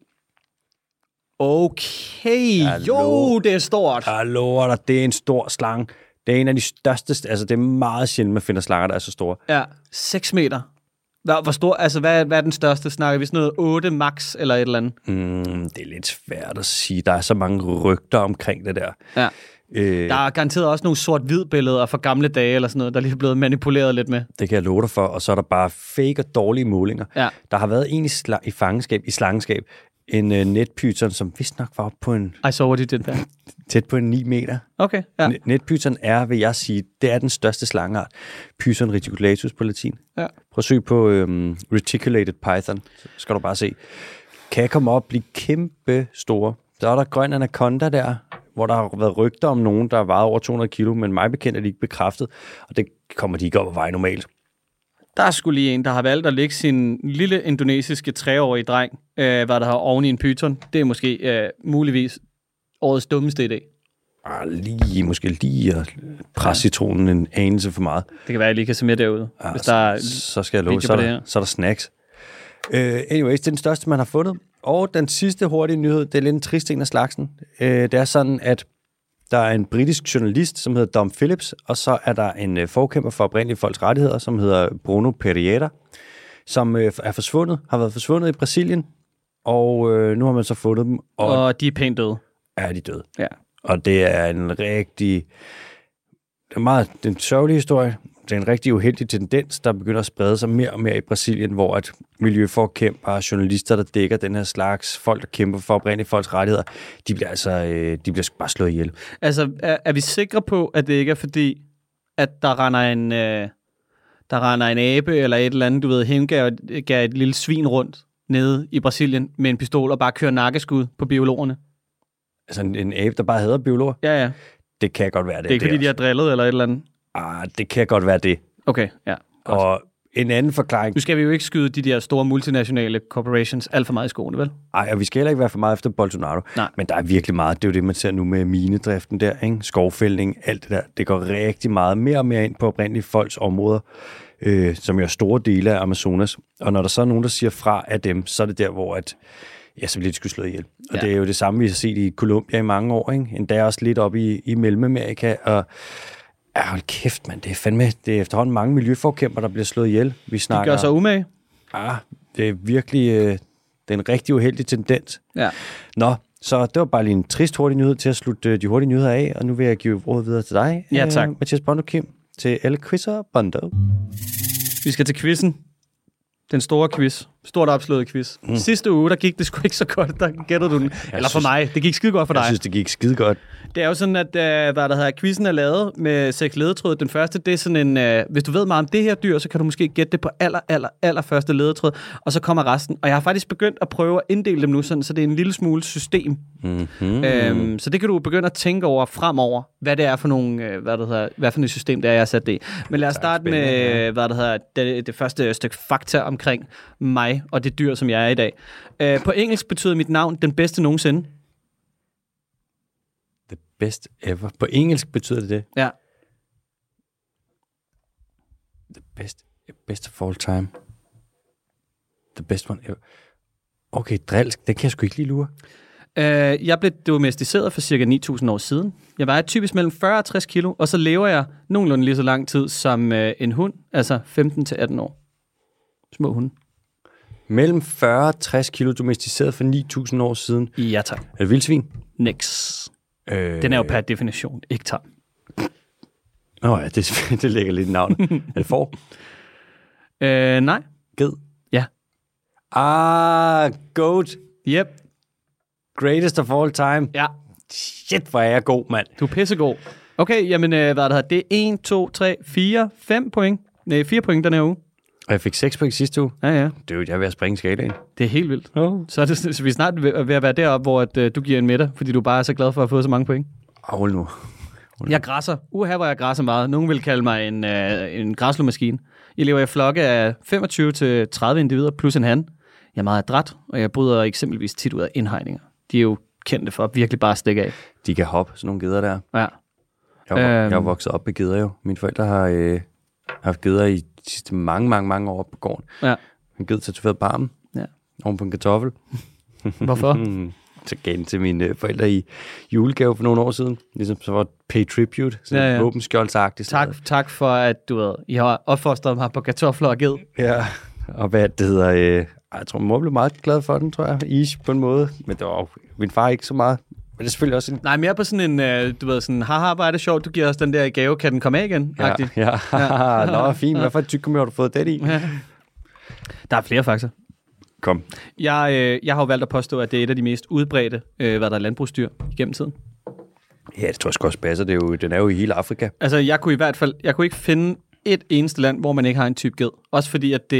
Okay, jo, det er stort. Jeg lover dig, det er en stor slange. Det er en af de største, altså det er meget sjældent, man finder slanger, der er så store. Ja, 6 meter. Hvor stor, altså hvad er den største? Snakker vi sådan noget 8 max eller et eller andet? Det er lidt svært at sige. Der er så mange rygter omkring det der. Ja. Der er garanteret også nogle sort-hvid billeder fra gamle dage eller sådan noget, der lige er blevet manipuleret lidt med. Det kan jeg love dig for, og så er der bare fake og dårlige målinger. Ja. Der har været en i fangenskab, i slangenskab, en netpyton, som vist nok var på en... I saw what you did there. Tæt på en 9 meter. Okay, ja. Netpyton er, vil jeg sige, det er den største slangeart. Python reticulatus på latin. Ja. Prøv at søge på reticulated python, så skal du bare se. Kan komme op og blive kæmpe store. Så er der grøn anaconda der, hvor der har været rygter om nogen, der vejer over 200 kilo, men mig bekendt er de ikke bekræftet, og det kommer de ikke op at veje normalt. Der er sgu lige en, der har valgt at lægge sin lille indonesiske 3-årige dreng, hvad der har oven i en python. Det er måske muligvis årets dummeste idé. Måske lige at presse citronen en anelse for meget. Det kan være, at jeg lige kan se med derude. Hvis der er så skal jeg love, så er der snacks. Anyways, det er den største, man har fundet. Og den sidste hurtige nyhed, det er lidt en trist en af slagsen. Det er sådan, at der er en britisk journalist, som hedder Dom Phillips, og så er der en forkæmper for oprindelige folks rettigheder, som hedder Bruno Pereira, som har været forsvundet i Brasilien, og nu har man så fundet dem. Og de er pænt døde. Er de døde. Ja. Og det er en rigtig... Det er en sørgelig historie. Det er en rigtig uheldig tendens, der begynder at sprede sig mere og mere i Brasilien, hvor at miljøforkæmpere og journalister, der dækker den her slags folk, der kæmper for oprindelige folks rettigheder, de bliver bare slået ihjel. Altså, er vi sikre på, at det ikke er fordi, at der render en abe eller et eller andet, du ved, hænger et lille svin rundt nede i Brasilien med en pistol og bare kører nakkeskud på biologerne? Altså en abe, der bare hader biologer? Ja. Det kan godt være det. Det er ikke fordi, de har drillet eller et eller andet? Det kan godt være det. Okay, ja. Godt. Og en anden forklaring... Nu skal vi jo ikke skyde de der store multinationale corporations alt for meget i skoene, vel? Nej, og vi skal heller ikke være for meget efter Bolsonaro. Nej. Men der er virkelig meget. Det er jo det, man ser nu med minedriften der, ikke? Skovfældning, alt det der. Det går rigtig meget mere og mere ind på oprindelige folks områder, som jo er store dele af Amazonas. Og når der så er nogen, der siger fra af dem, så er det der, hvor at... Ja, så bliver de sgu slået ihjel. Og det er jo det samme, vi har set i Colombia i mange år, ikke? Endda også lidt op i Mellemamerika, og hold kæft, mand, det er efterhånden mange miljøforkæmper, der bliver slået ihjel. Vi snakker... De gør sig umage. Det er virkelig det er en rigtig uheldig tendens. Ja. Nå, så det var bare lige en trist hurtig nyhed til at slutte de hurtige nyheder af, og nu vil jeg give ordet videre til dig. Ja, tak. Mathias Bondo Kim, til alle quizzer Bondo. Vi skal til quizzen. Den store quiz. stort opslået quiz. Sidste uge, der gik det sgu ikke så godt, der gættede du den. Eller for mig, det gik skide godt for dig. Jeg synes, det gik skide godt. Det er jo sådan, at quizzen er lavet med 6 ledetråde. Den første, det er sådan en... hvis du ved meget om det her dyr, så kan du måske gætte det på aller første ledetråd, og så kommer resten. Og jeg har faktisk begyndt at prøve at inddele dem nu, sådan, så det er en lille smule system. Mm-hmm. Så det kan du begynde at tænke over fremover, hvad det er for nogle... hvad for et system det er, jeg har sat det i. Men lad os starte med, det første stykke fakta omkring mig og det dyr, som jeg er i dag. På engelsk betyder mit navn den bedste nogensinde. The best ever. På engelsk betyder det? Ja. The best of all time. The best one ever. Okay, drilsk. Det kan jeg sgu ikke lige lure. Jeg blev domesticeret for cirka 9.000 år siden. Jeg vejer typisk mellem 40 og 60 kilo, og så lever jeg nogenlunde lige så lang tid som en hund, altså 15 til 18 år. Små hunde. Mellem 40 og 60 kilo domesticeret for 9.000 år siden. Ja, tak. Er det vildsvin? Nix. Den er jo per definition ikke tam. Nå ja, det ligger lidt i navnet. Er det får? Nej. Ged? Ja. Goat. Yep. Greatest of all time. Ja. Shit, hvor er jeg god, mand. Du er pissegod. Okay, jamen, det er 1, 2, 3, 4, 5 point. Nej, 4 point den her uge. Og jeg fik 6 point sidste uge. Ja. Dude, jeg er ved at springe skalaen. Det er helt vildt. Så vi er snart ved at være deroppe, hvor du giver en middag, fordi du bare er så glad for at få så mange point. Hold nu. Jeg græsser. Her hvor jeg græsser meget. Nogen vil kalde mig en græslemaskine. Jeg lever i flokke af 25-30 individer plus en han. Jeg er meget adræt, og jeg bryder eksempelvis tit ud af indhegninger. De er jo kendte for at virkelig bare stikke af. De kan hoppe, sådan nogle geder der. Ja. Jeg er vokset op med geder jo. Mine forældre har haft geder i de sidste mange år på gården. Ja. En ged tatoveret på armen. Ja. Oven på en kartoffel. Hvorfor? Så gav den til mine forældre i julegave for nogle år siden. Ligesom så var pay tribute. Sådan våbenskjoldsagtigt. Tak for, at I har opfostret mig på kartofler og ged. Ja, og hvad det hedder... jeg tror, min mor blev meget glad for den, tror jeg. På en måde. Men det var min far ikke så meget. Men det er selvfølgelig også en... Nej, mere på sådan en, haha, hvor er det sjovt, du giver os den der gave, kan den komme af igen? Ja. Nå, fint. Hvad for et tyggegummi har du fået det i? Ja. Der er flere fakta. Kom. Jeg har jo valgt at påstå, at det er et af de mest udbredte landbrugsdyr igennem tiden. Ja, det tror jeg sgu også passer. Den er jo i hele Afrika. Altså, jeg kunne ikke finde et eneste land, hvor man ikke har en type ged. Også fordi, at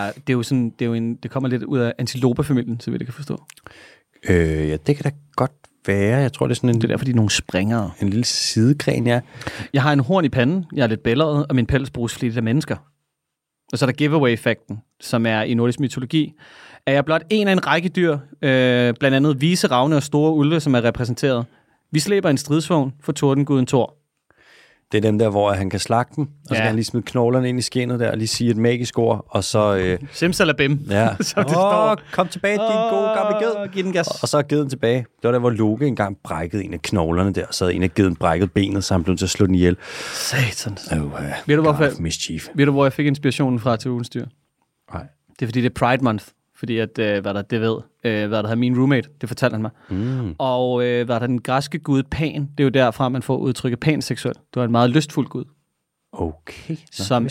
det kommer lidt ud af antilopefamilien, så vidt jeg kan forstå. Ja, det kan da godt være. Jeg tror, det er sådan en... Det er derfor, de er nogle springere. En lille sidegren, ja. Jeg har en horn i panden, jeg er lidt bælgeret, og min pels bruges flittigt af mennesker. Og så er der giveaway-effekten, som er i nordisk mytologi. Er jeg blot en af en række dyr, blandt andet vise, ravne og store ulve, som er repræsenteret. Vi slæber en stridsvogn for tordenguden Thor. Det er dem der, hvor han kan slagte dem, og så kan han lige smide knoglerne ind i skinnet der, og lige sige et magisk ord, og så... Simsalabim, ja. som det står. Kom tilbage, din gode gamle ged. Giv den gas. Og så er geden tilbage. Det var der, hvor Loke engang brækkede en af knoglerne der, og så havde en af geden brækket benet, så han blev til at slå den ihjel. Satans. Ved du, hvor jeg fik inspirationen fra til ugens dyr? Nej. Det er fordi, det er Pride Month. Fordi at, min roommate, det fortalte han mig. Og den græske gud Pan, det er jo derfra, man får udtrykket panseksuel. Det var en meget lystfuld gud. Okay. Som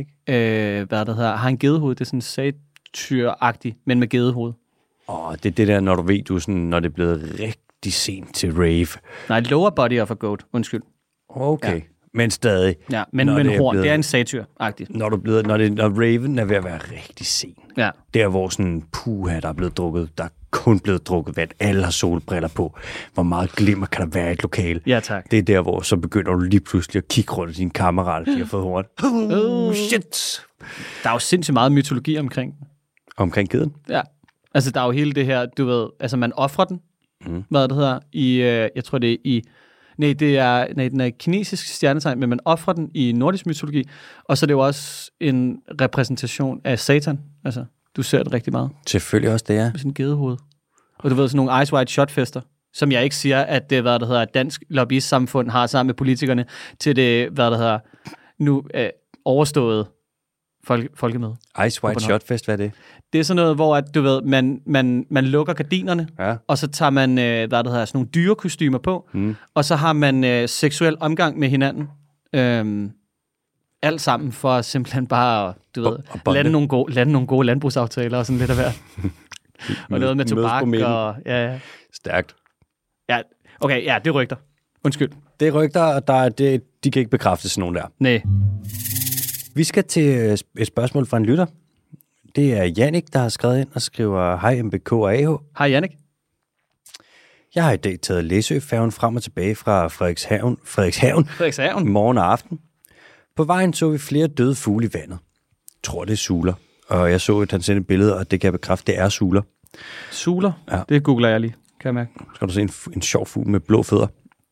har en gedehoved, det er sådan satyragtigt, men med gedehoved. Det er det der, når du ved, når det er blevet rigtig sent til rave. Nej, lower body of a goat, undskyld. Okay. Ja. Men stadig. Ja, men horn, det er en satyr-agtigt. Når raven er ved at være rigtig sen. Ja. Der hvor sådan puha, der er kun blevet drukket vand, alle har solbriller på. Hvor meget glimmer kan der være i et lokale? Ja, tak. Det er der, hvor så begynder du lige pludselig at kigge rundt i dine kammerater, de har fået horn. Shit! Der er jo sindssygt meget mytologi omkring. Omkring geden? Ja. Altså, der er jo hele det her, du ved, altså man offrer den, hvad det hedder, jeg tror det er i... den er kinesisk stjernetegn, men man offrer den i nordisk mytologi, og så er det jo også en repræsentation af Satan. Altså, du ser det rigtig meget. Selvfølgelig også det, ja. Med sådan en gedehoved. Og du ved, sådan nogle Ice White Shot-fester, som jeg ikke siger, at det, dansk lobbyist-samfund har sammen med politikerne til det, nu overstået folkemøde. Ice White Shot-fest, hvad er det? Det er sådan noget, hvor at, du ved, man lukker gardinerne, og så tager man sådan nogle dyrekostymer på, og så har man seksuel omgang med hinanden. alt sammen for simpelthen bare, du ved, lande nogle gode landbrugsaftaler og sådan lidt af hvert. Og noget med tobak og... Ja. Stærkt. Ja, okay, ja, det er rygter. Undskyld. Det er rygter, og de kan ikke bekræfte sådan nogen der. Nej. Vi skal til et spørgsmål fra en lytter. Det er Jannik, der har skrevet ind og skriver, hej MBK og AH. Hej Jannik. Jeg har i dag taget Læsø-færgen frem og tilbage fra Frederikshavn morgen og aften. På vejen så vi flere døde fugle i vandet. Jeg tror, det er suler. Og jeg så, at han sendte et billede, og det kan jeg bekræfte, det er suler. Suler? Ja. Det googler jeg lige, kan jeg mærke. Skal du se en sjov fugl med blå fødder?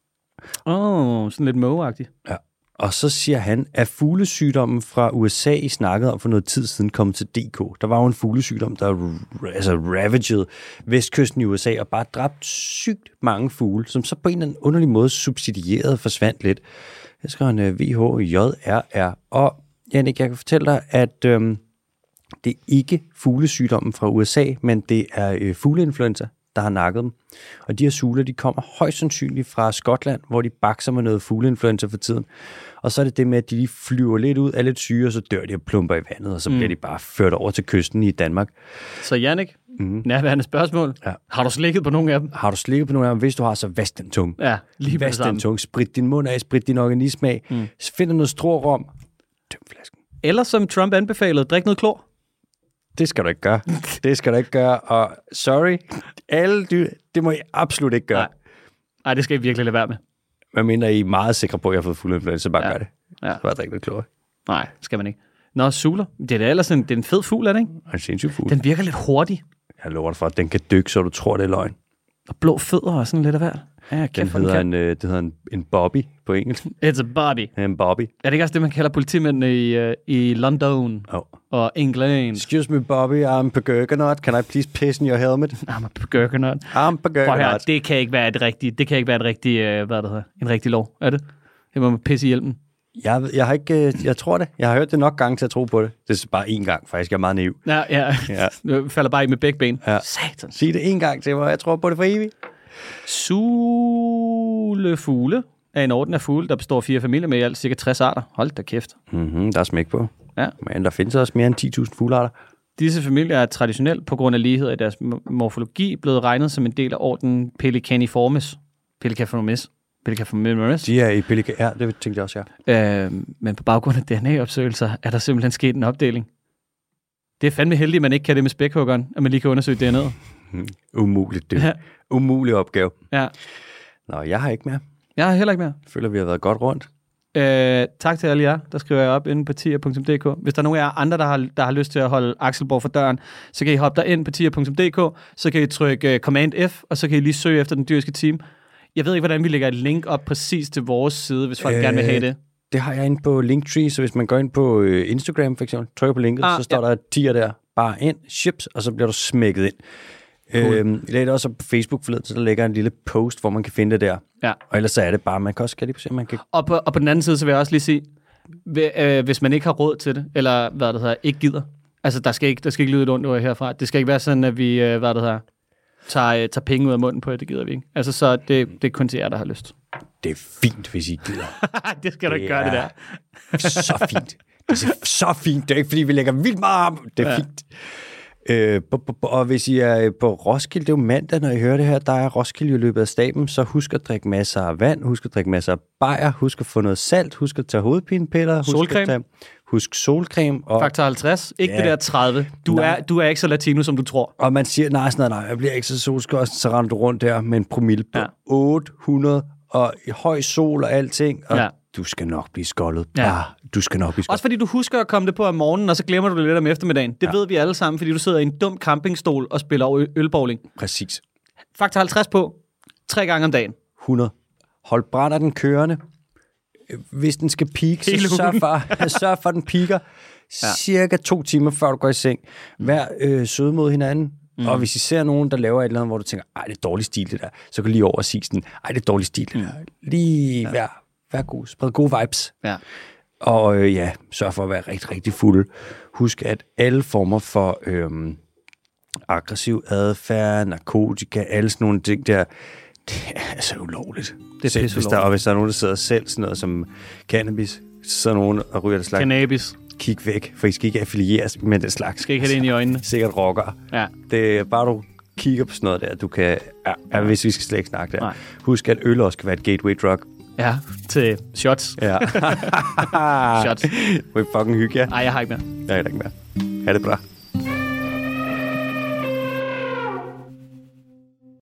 Sådan lidt mågeagtigt. Ja. Og så siger han, at fuglesygdommen fra USA, I snakkede om for noget tid siden, kom til DK. Der var jo en fuglesygdom, der ravagede vestkysten i USA og bare dræbte sygt mange fugle, som så på en eller anden underlig måde subsidierede og forsvandt lidt. Jeg skrev en VHJRR. Og Jannik, jeg kan fortælle dig, at det er ikke fuglesygdommen fra USA, men det er fugleinfluenza, der har nakket dem. Og de her suler, de kommer højst sandsynligt fra Skotland, hvor de bakser med noget fugleinfluenza for tiden. Og så er det med, at de lige flyver lidt ud, er lidt syge, og så dør de og plumper i vandet, og så bliver de bare ført over til kysten i Danmark. Så Jannik, nærværende spørgsmål. Ja. Har du slikket på nogle af dem? Har du slikket på nogle af dem? Hvis du har, så vask den tunge. Ja, lige vask den tunge. Sprit din mund af, sprit din organisme af. Find noget strårom. Tøm flasken. Eller som Trump anbefalede, drik noget klor. Det skal du ikke gøre. Det skal du ikke gøre, og sorry, alle dyr, det må I absolut ikke gøre. Nej, det skal I virkelig lade være med. Hvad mindre I er meget sikre på, at jeg har fået fugleinfluenza, så bare gør det. Ja. Så bare drik noget klor. Nej, skal man ikke. Nå, suler. Det er da ellers det er en fed fugl, er det ikke? En sindssyg fugl. Den virker lidt hurtig. Jeg lover dig for, at den kan dykke, så du tror, det er løgn. Og blå fødder og sådan lidt af hvert. Ja, det hedder en bobby på engelsk. It's a bobby. En bobby. Er det ikke også det, man kalder politimændene i London og England? Excuse me, Bobby, I'm a Gurkenot. Can I please piss in your helmet? I'm a Gurkenot. I'm a Gurkenot. Det kan ikke være et en rigtig lov, er det? Det må man pisse i hjelmen. Jeg har ikke, jeg tror det. Jeg har hørt det nok gange til at tro på det. Det er bare én gang, faktisk. Jeg er meget naiv. Ja. Nu falder bare i med begge ben. Ja. Satan. Sig det én gang til mig. Jeg tror på det for evigt. Sulefugle er en orden af fugle, der består af 4 familier med i alt ca. 60 arter. Hold da kæft. Der er smæk på. Ja. Men der findes også mere end 10.000 fuglearter. Disse familier er traditionelt på grund af ligheder i deres morfologi blevet regnet som en del af ordenen Pelicaniformes. Pelicaformes. De er i ja, det tænkte jeg også, ja. Men på baggrund af DNA-opsøgelser er der simpelthen sket en opdeling. Det er fandme heldigt, at man ikke kan det med spækhuggeren, at man lige kan undersøge DNA'et. Umuligt, det. Ja. Umulig opgave. Ja. Nå, jeg har ikke mere. Jeg har heller ikke mere. Jeg føler, vi har været godt rundt. Tak til alle jer, der skriver jeg op inde på tier.dk. Hvis der er nogen af jer andre, der har lyst til at holde Axelborg for døren, så kan I hoppe derind på tier.dk, så kan I trykke Command F, og så kan I lige søge efter den dyriske team. Jeg ved ikke, hvordan vi lægger et link op præcis til vores side, hvis folk gerne vil have det. Det har jeg inde på Linktree, så hvis man går ind på Instagram for eksempel, trykker på linket, så står der tier der, bare ind, chips, og så bliver du smækket ind. Cool. Jeg lagde det også på Facebook forleden, så der ligger en lille post, hvor man kan finde det der. Ja. Og ellers så er det bare, man kan også lige se, man kan... Og på den anden side, så vil jeg også lige sige, hvis man ikke har råd til det, eller hvad det hedder, ikke gider. Altså, der skal ikke lyde et ondt ord herfra. Det skal ikke være sådan, at vi, tager penge ud af munden på det, det gider vi ikke. Altså, så det er kun til jer, der har lyst. Det er fint, hvis I gider. Det skal du ikke gøre, det der. Så fint. Det er så fint. Det er ikke, fordi vi lægger vildt meget om. Det er fint. Og hvis I er på Roskilde, det er jo mandag, når I hører det her, der er Roskilde i løbet af staben, så husk at drikke masser af vand, husk at drikke masser af bajer, husk at få noget salt, husk at tage hovedpinepiller, husk solcreme. Og Faktor 50, ikke det der 30. Du er ikke så latino, som du tror. Og man siger, nej, jeg bliver ikke så solskost, så render du rundt der med en promille på 800 og i høj sol og alting, og du skal nok blive skoldet. Du skal nok blive skoldet. Også fordi du husker at komme det på om morgenen, og så glemmer du det lidt om eftermiddagen. Det ved vi alle sammen, fordi du sidder i en dum campingstol og spiller ølbowling. Præcis. Faktor 50 på 3 gange om dagen. 100. Hold brænder den kørende. Hvis den skal peak, så sørg for, at den peaker cirka 2 timer, før du går i seng. Vær søde mod hinanden. Og hvis I ser nogen, der laver et eller andet, hvor du tænker, ej, det er dårlig stil, det der, så kan du lige over og sige sådan, ej, det er dårlig stil, det der. Lige vær god, spred gode vibes. Ja. Og sørg for at være rigtig, rigtig fuld. Husk, at alle former for aggressiv adfærd, narkotika, alle sådan nogle ting der, det er altså ulovligt. Det er hvis der er nogen, der sidder selv sådan noget som cannabis, sådan nogen og ryger det slags. Cannabis. Kig væk, for I skal ikke affilieres med det slags. Skal ikke have det ind i øjnene. Sikkert rocker. Ja. Det er bare, du kigger på sådan noget der, du kan... hvis vi skal slet ikke snakke der. Nej. Husk, at øl også kan være et gateway drug. Ja, til shots. Ja. Shots. Må I fucking hygge jer? Ej, jeg har ikke mere. Jeg har ikke mere. Ha' det bra.